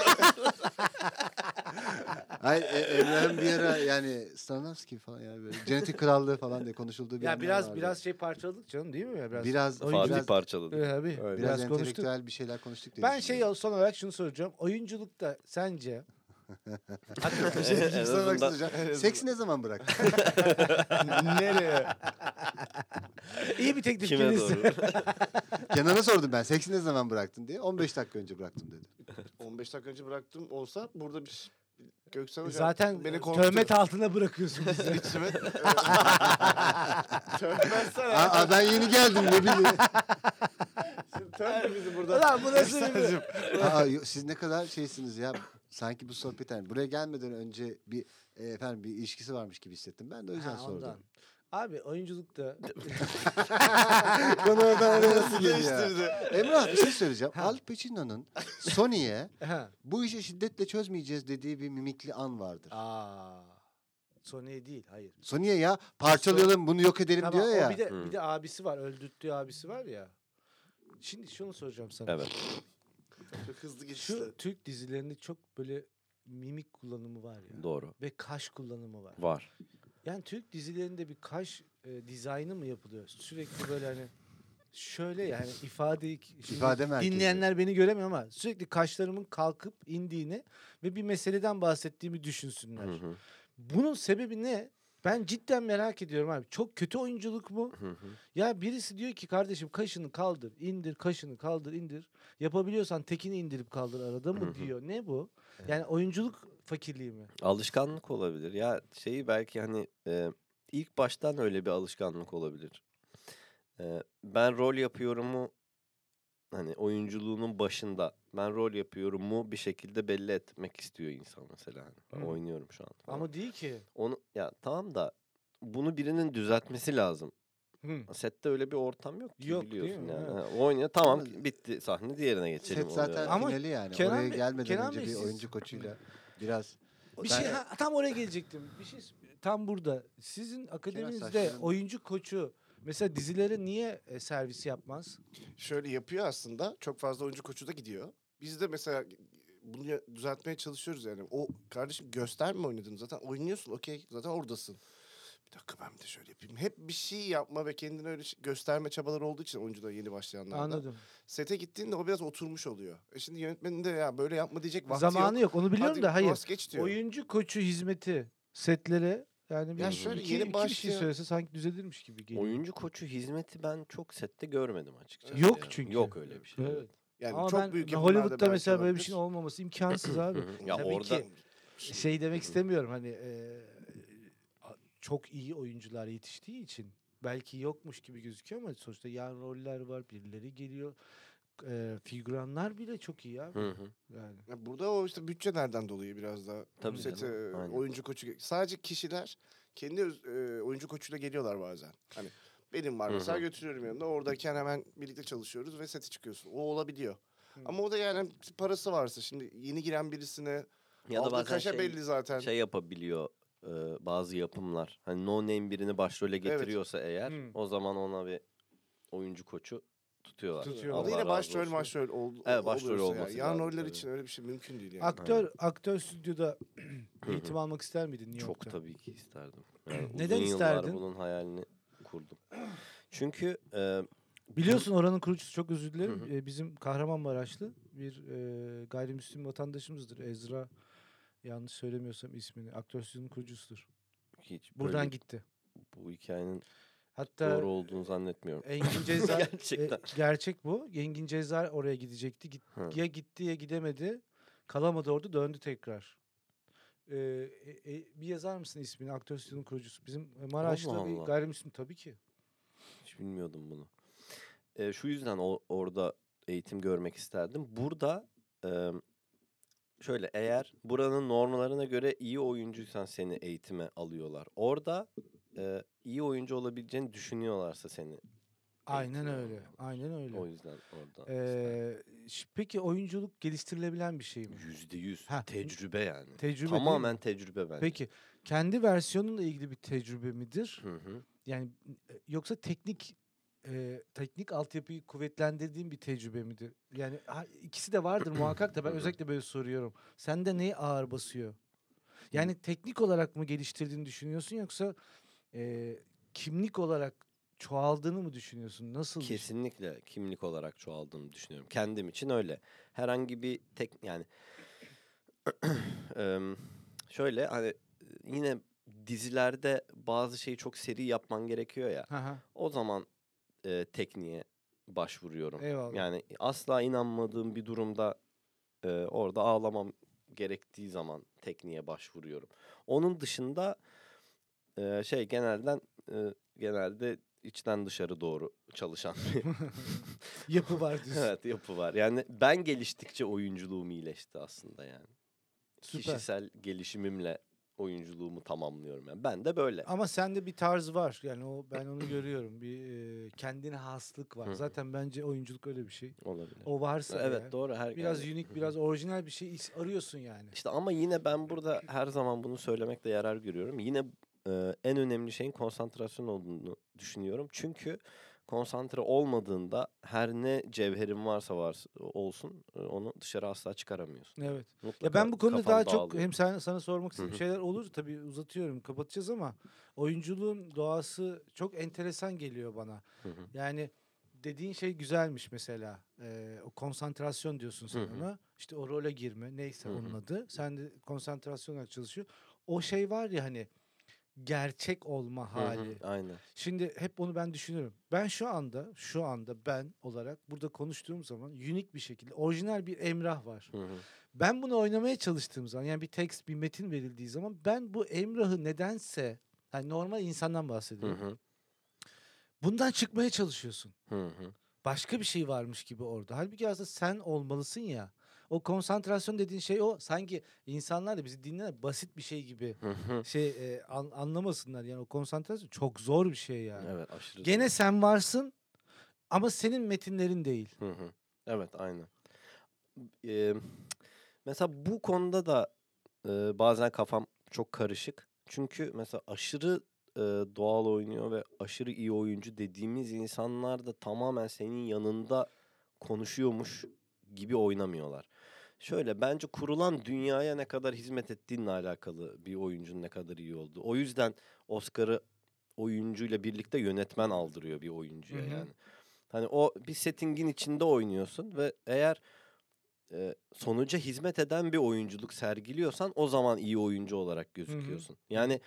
Hayır e, Emrah'ın bir ara yani Stanislavski falan yani böyle genetik krallığı falan diye konuşulduğu bir Ya anlar biraz vardı. biraz şey parçaladık canım değil mi ya biraz? Biraz- oyuncu- Fatih biraz- parçaladı. Evet, abi. Öyle. biraz, biraz konuştuk. entelektüel bir şeyler konuştuk diye Ben şey düşünüyorum. son olarak şunu soracağım. Oyunculukta sence Bir şey En diyeceğim, sana bak azından- soracağım. Seksi ne zaman bıraktın? Nereye? iyi bir teklif Kime gelirse. doğru? Kenan'a sordum ben seksi ne zaman bıraktın diye. on beş dakika önce bıraktım dedi. on beş dakika önce bıraktım olsa burada bir Göksel Hocam Zaten beni korkutuyor. töhmet altına bırakıyorsun bizi. İçime... Tövmezsene. Aa, aa, ben yeni geldim ne bileyim. Tövbe bizi burada. Ulan bu nasıl bir... Aa, yo- siz ne kadar şeysiniz ya. Sanki bu sohbet yani buraya gelmeden önce bir e, efendim bir ilişkisi varmış gibi hissettim. Ben de o yüzden Ha, sordum. ondan. Abi oyunculukta Konu oradan oraya nasıl Nasıl geliyor? değiştirdi? Emrah bir şey söyleyeceğim. Al Pacino'nun Sony'ye Ha. bu işi şiddetle çözmeyeceğiz dediği bir mimikli an vardır. Aa. Sony değil, hayır. Sony'ye ya parçalayalım bunu yok edelim Tamam, diyor ya. o bir de Hı. bir de abisi var, öldürttüğü abisi var ya. Şimdi şunu soracağım sana. Evet. Çok hızlı geçti. Şu Türk dizilerinde çok böyle mimik kullanımı var ya. Doğru. Ve kaş kullanımı var. Var. Yani Türk dizilerinde bir kaş e, dizaynı mı yapılıyor? Sürekli böyle hani şöyle yani ifadeyi şimdi İfade merkezi. dinleyenler beni göremiyor ama sürekli kaşlarımın kalkıp indiğini ve bir meseleden bahsettiğimi düşünsünler. Hı hı. Bunun sebebi ne? Ben cidden merak ediyorum abi. Çok kötü oyunculuk mu? Hı hı. Ya birisi diyor ki kardeşim kaşını kaldır, indir, kaşını kaldır, indir. Yapabiliyorsan tekini indirip kaldır arada Hı mı hı. diyor. Ne bu? Yani oyunculuk fakirliği mi? Alışkanlık olabilir. Ya şeyi belki hani e, ilk baştan öyle bir alışkanlık olabilir. E, ben rol yapıyorumu hani oyunculuğunun başında ben rol yapıyorumu bir şekilde belli etmek istiyor insan mesela. Hani ben Hı. oynuyorum şu an falan. Ama değil ki. Onu ya tamam da bunu birinin düzeltmesi lazım. Hı. Sette öyle bir ortam yok ki Yok, değil biliyorsun mi? yani. Evet. Ha, oynuyor tamam Ama- bitti sahne diğerine geçelim. Set oluyor zaten yani. Ama finali yani. Kenan Oraya Bey- gelmeden Kenan önce Bey bir siz- oyuncu koçuyla biraz Bir Ben- şey ha, tam oraya gelecektim. Bir şey tam burada. Sizin akademinizde saçların- oyuncu koçu mesela dizilere niye e, servis yapmaz? Şöyle yapıyor aslında. Çok fazla oyuncu koçu da gidiyor. Biz de mesela bunu ya- düzeltmeye çalışıyoruz yani. O kardeşim gösterme oynadığını. Zaten oynuyorsun okey. Zaten oradasın. Bir dakika ben bir de şöyle yapayım. Hep bir şey yapma ve kendini öyle ş- gösterme çabaları olduğu için oyuncuda yeni başlayanlarda. Anladım. Sete gittiğinde o biraz oturmuş oluyor. E şimdi yönetmenin de ya böyle yapma diyecek vakti Zamanı yok. Onu biliyorum Hadi da hayır. vazgeç diyor. Oyuncu koçu hizmeti setlere yani bir, Ya şöyle iki, yeni iki bir şey başlayan- söylese sanki düzelirmiş gibi geliyor. Oyuncu koçu hizmeti ben çok sette görmedim açıkçası. Yok yani. çünkü. Yok öyle bir şey. Evet. Yani Ama çok ben büyük yapımlarda Hollywood'da belki mesela böyle bir olabilir. şeyin olmaması imkansız abi. Hı hı. Ya Tabii orada ki şey demek istemiyorum hani e, çok iyi oyuncular yetiştiği için belki yokmuş gibi gözüküyor ama sonuçta yan roller var, birileri geliyor. e, figüranlar bile çok iyi abi. Hı hı. Yani. Ya burada o işte bütçelerden dolayı biraz daha. Tabii Sete, canım, aynen. oyuncu koçu. Sadece kişiler kendi öz- e, oyuncu koçuyla geliyorlar bazen. Hani benim var Hı mesela hı. götürüyorum yanımda. Oradayken hemen birlikte çalışıyoruz ve sete çıkıyorsun. O olabiliyor. Hı. Ama o da yani parası varsa şimdi yeni giren birisine Ya da aldığı bazen kaşe şey, belli zaten. şey yapabiliyor e, bazı yapımlar. Hani no name birini başrole getiriyorsa eğer Hı. o zaman ona bir oyuncu koçu tutuyorlar. Tutuyorlar. O da Allah yine razı başrol olsun. başrol ol, Evet, başrol oluyorsa olması yani. Yan lazım roller tabii. için öyle bir şey mümkün değil yani. Aktör aktör stüdyoda Hı hı. eğitim almak ister miydin New York'ta? Çok tabii ki isterdim. Yani Neden uzun isterdin? yıllar bunun hayalini kurdum. Çünkü e, Biliyorsun oranın kurucusu, çok özür Hı dilerim. hı. e, bizim Kahramanmaraşlı bir e, gayrimüslim vatandaşımızdır. Ezra, yanlış söylemiyorsam ismini. Aktör stüdyonun kurucusudur. hiç Buradan böyle gitti. bu hikayenin Hatta doğru olduğunu zannetmiyorum. Engin Cezar, Gerçekten. e, gerçek bu. Engin Cezar oraya gidecekti. Git, Hı. ya gitti ya gidemedi. Kalamadı orada, döndü tekrar. E, e, e, bir yazar mısın ismini? Aktör stüdyonun kurucusu. Bizim e, Maraşlı Allah bir Allah. gayrimüslim tabii ki. Hiç bilmiyordum bunu. E, şu yüzden o, orada eğitim görmek isterdim. Burada e, şöyle, eğer buranın normlarına göre iyi oyuncuysan seni eğitime alıyorlar. Orada e, iyi oyuncu olabileceğini düşünüyorlarsa seni Aynen eğitime öyle. alıyorlar. Aynen öyle. O yüzden orada isterdim. Ee, ş- peki oyunculuk geliştirilebilen bir şey mi? Yüzde yüz Ha, tecrübe yani. tecrübe Tamamen değil mi? tecrübe bence. Peki kendi versiyonunla ilgili bir tecrübe midir? Hı hı. Yani e, yoksa teknik e, teknik altyapıyı kuvvetlendirdiğin bir tecrübe midir? Yani ha, ikisi de vardır muhakkak da ben Hı hı. özellikle böyle soruyorum. Sende neyi ağır basıyor? Yani teknik olarak mı geliştirdiğini düşünüyorsun, yoksa e, kimlik olarak çoğaldığını mı düşünüyorsun? Nasıl bir şey? Kesinlikle kimlik olarak çoğaldığını düşünüyorum. Kendim için öyle. Herhangi bir tek yani em, şöyle hani yine dizilerde bazı şeyi çok seri yapman gerekiyor ya. Hı hı. O zaman e, tekniğe başvuruyorum. Eyvallah. Yani asla inanmadığım bir durumda e, orada ağlamam gerektiği zaman tekniğe başvuruyorum. Onun dışında e, şey genelden e, genelde içten dışarı doğru çalışan bir Yapı var diyorsun. evet, yapı var. Yani ben geliştikçe oyunculuğum iyileşti aslında yani. Süper. Kişisel gelişimimle oyunculuğumu tamamlıyorum yani. Ben de böyle. Ama sende bir tarz var. Yani o, ben onu görüyorum. Bir e, kendine haslık var. Hı hı. Zaten bence oyunculuk öyle bir şey. Olabilir. O varsa Evet, eğer, doğru. Her, biraz yani- unik, Hı hı. biraz orijinal bir şey is- arıyorsun yani. İşte ama yine ben burada her zaman bunu söylemekte yarar görüyorum. Yine e, en önemli şeyin konsantrasyon olduğunu düşünüyorum. Çünkü konsantre olmadığında her ne cevherin varsa varsa olsun e, onu dışarı asla çıkaramıyorsun. Evet. Mutlaka Ya ben bu konuda kafan daha çok dağılıyor. hem sen, sana sormak Hı istediğim hı. şeyler olur. Tabii uzatıyorum, kapatacağız ama oyunculuğun doğası çok enteresan geliyor bana. Hı hı. Yani dediğin şey güzelmiş mesela. Ee, o konsantrasyon diyorsun sen Hı hı. ona. İşte o role girme, neyse Hı hı. onun adı. Sen de konsantrasyon olarak çalışıyor. O şey var ya hani, gerçek olma Hı hı. hali. Aynen. Şimdi hep onu ben düşünüyorum. Ben şu anda, şu anda ben olarak burada konuştuğum zaman unik bir şekilde orijinal bir Emrah var. Hı hı. Ben bunu oynamaya çalıştığım zaman, yani bir tekst, bir metin verildiği zaman ben bu Emrah'ı nedense, hani normal insandan Hı bahsediyorum. hı. Bundan çıkmaya çalışıyorsun. Hı hı. Başka bir şey varmış gibi orada. Halbuki aslında sen olmalısın ya. O konsantrasyon dediğin şey o. Sanki insanlar da bizi dinler basit bir şey gibi Hı hı. şey e, an- anlamasınlar. Yani o konsantrasyon çok zor bir şey yani. Evet, aşırı Gene zor. sen varsın ama senin metinlerin değil. Hı hı. Evet, aynen. Eee, mesela bu konuda da eee, bazen kafam çok karışık. Çünkü mesela aşırı eee, doğal oynuyor ve aşırı iyi oyuncu dediğimiz insanlar da tamamen senin yanında konuşuyormuş gibi oynamıyorlar. Şöyle, bence kurulan dünyaya ne kadar hizmet ettiğinle alakalı bir oyuncunun ne kadar iyi olduğu. O yüzden Oscar'ı oyuncuyla birlikte yönetmen aldırıyor bir oyuncuya Hı hı. yani. Hani o bir settingin içinde oynuyorsun ve eğer e, sonuca hizmet eden bir oyunculuk sergiliyorsan o zaman iyi oyuncu olarak gözüküyorsun. Yani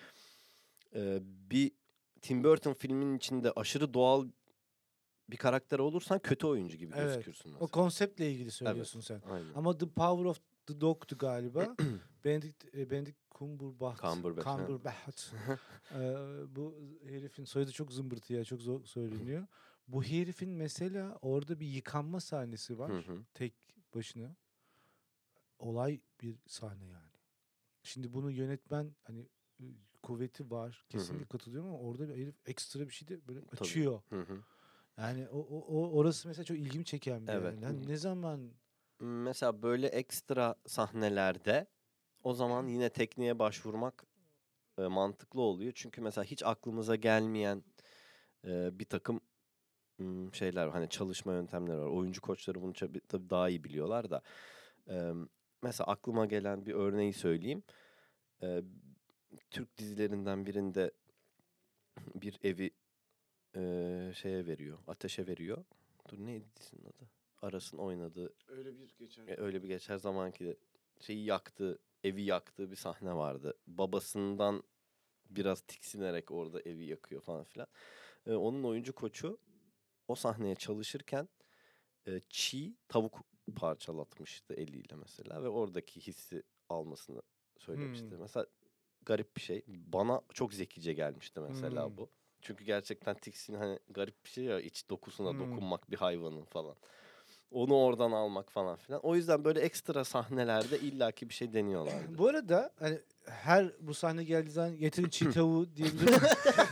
e, bir Tim Burton filminin içinde aşırı doğal bir karakter olursan kötü oyuncu gibi Evet. gözükürsün O mesela. konseptle ilgili Evet, söylüyorsun sen. aynen. Ama The Power of the Dog'tu galiba. Benedict, e, Benedict Cumberbatch. Cumberbatch, ha. Cumberbatch. Ee, bu herifin soyadı çok zımbırtı ya. Çok zor söyleniyor. Bu herifin mesela orada bir yıkanma sahnesi var. Hı hı. Tek başına. Olay bir sahne yani. Şimdi bunu yönetmen hani e, kuvveti var. Hı hı. Kesinlikle katılıyorum ama orada bir herif ekstra bir şey de böyle Tabii. açıyor. Hı hı. Yani o, o, o orası mesela çok ilgimi çeken bir Evet. yani. Hani ne zaman Mesela böyle ekstra sahnelerde o zaman yine tekniğe başvurmak e, mantıklı oluyor. Çünkü mesela hiç aklımıza gelmeyen e, bir takım m, şeyler var. Hani çalışma yöntemleri var. Oyuncu koçları bunu tabii, tabii daha iyi biliyorlar da. E, mesela aklıma gelen bir örneği söyleyeyim. E, Türk dizilerinden birinde bir evi e, şeye veriyor, ateşe veriyor. Dur neydi dizinin adı? Aras'ın oynadığı Öyle bir geçer. e, öyle bir geçer zamanki şeyi yaktı, evi yaktığı bir sahne vardı. Babasından biraz tiksinerek orada evi yakıyor falan filan. E, onun oyuncu koçu o sahneye çalışırken e, çiğ tavuk parçalatmıştı eliyle mesela ve oradaki hissi almasını söylemişti. Hmm. Mesela garip bir şey. Bana çok zekice gelmişti mesela Hmm. bu. Çünkü gerçekten tiksin hani garip bir şey ya iç dokusuna Hmm. dokunmak bir hayvanın falan. Onu oradan almak falan filan. O yüzden böyle ekstra sahnelerde illaki bir şey deniyorlardı. bu arada hani her bu sahne geldiği zaman getirin çiğ tavuğu diyebilirim.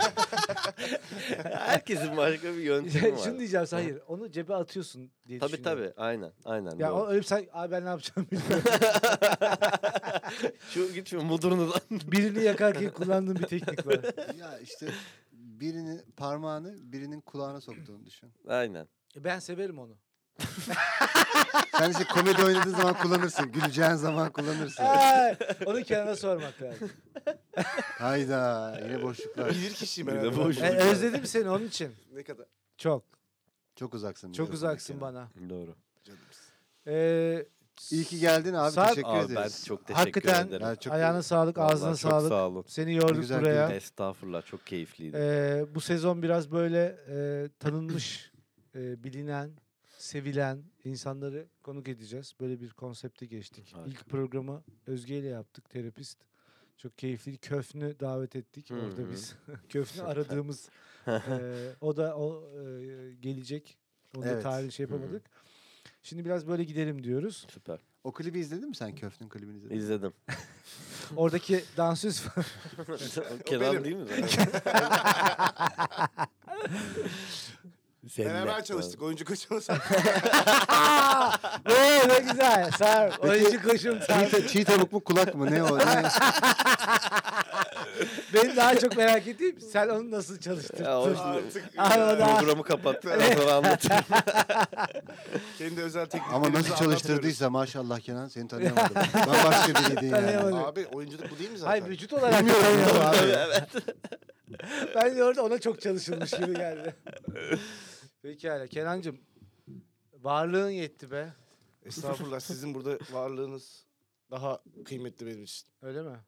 Herkesin başka bir yöntemi var. Şunu diyeceğim sen, hayır. Onu cebe atıyorsun diye Tabii düşünüyorum. tabii aynen aynen Ya doğru. o öyle bir sen abi ben ne yapacağım bilmiyorum. Şu git şu mudurnudan. Birini yakarken kullandığım bir teknik var. Ya işte birini parmağını birinin kulağına soktuğunu düşün. Aynen. Ben severim onu. Sen işte komedi oynadığın zaman kullanırsın. Güleceğin zaman kullanırsın. Ay, onu kenara sormak lazım. Hayda yine boşluklar. Bilir kişiyim Bir de herhalde. boş- E, özledim seni onun için. Ne kadar Çok. Çok uzaksın. Çok biraz uzaksın Kenan. bana. Doğru. canımız. Ee, İyi ki geldin abi. Sarp- Teşekkür Abi ben ederiz. çok teşekkür Hakikaten ederim. Ya çok- ayağına sağlık, Vallahi ağzına çok sağlık. sağ olun. Seni yorduk güzel buraya. değil. Estağfurullah çok keyifliydi. Ee, bu sezon biraz böyle e, tanınmış, e, bilinen, sevilen insanları konuk edeceğiz. Böyle bir konsepte geçtik. Harika. İlk programı Özge ile yaptık, terapist. Çok keyifli. Köfnü davet ettik Hı orada hı. biz. Köfnü aradığımız. e, o da o e, gelecek. Onu da Evet. tarih şey Hı hı. yapamadık. Şimdi biraz böyle gidelim diyoruz. Süper. O klibi izledin mi sen? Köfnün klibini izledin mi? İzledim. Oradaki dansöz Kenan benim. değil mi zaten? Beraber çalıştık oyuncu koçumuz. Oo, ne güzel. Sarp. Oyuncu koşum Çiğ, Sarp. ta- çiğ tavuk mu kulak mı ne o? Ne? Benim daha çok merak ettiğim sen onu nasıl çalıştırdın? Ya o şimdi Artık Abi o da- programı kapat. Sonra anlatırım. kendi özel tekniklerimizi Ama nasıl anlatmıyoruz. çalıştırdıysa maşallah Kenan seni tanıyamadım. Bambaşka biriydin yani. Tanıyamadım. Abi oyunculuk bu değil mi zaten? Hayır vücut olarak tanıyorum abi. Evet. Ben de orada ona çok çalışılmış gibi geldi. Pekala Kenancığım. Varlığın yetti be. Estağfurullah sizin burada varlığınız daha kıymetli benim için. Öyle mi?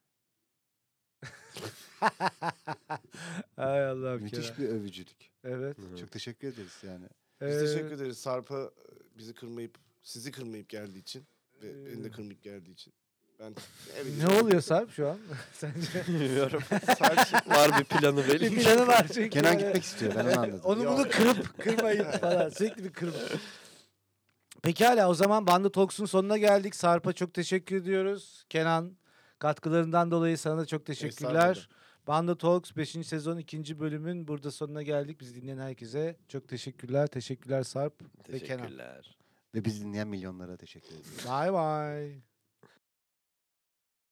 Hay Allah'ım Müthiş Kenan. bir övücülük. Evet. Çok teşekkür ederiz yani. Biz Ee, teşekkür ederiz Sarp'a bizi kırmayıp, sizi kırmayıp geldiği için ve Ee, beni de kırmayıp geldiği için. Ben ne bileyim. Ne oluyor Sarp şu an? Sence? Bilmiyorum. Sarp- Var bir planı Bir belli. planı var çünkü. Kenan yani. gitmek istiyor ben onu anladım. Onu Yok. bunu kırıp kırmayın falan. Sürekli bir kırma. Pekala o zaman Banda Talks'un sonuna geldik. Sarp'a çok teşekkür ediyoruz. Kenan katkılarından dolayı sana da çok teşekkürler. Estağfurullah. Banda Talks beşinci sezon ikinci bölümün burada sonuna geldik. Bizi dinleyen herkese çok teşekkürler. Teşekkürler Sarp ve Kenan. Teşekkürler. Ve bizi dinleyen milyonlara teşekkür ederiz. Bye bye.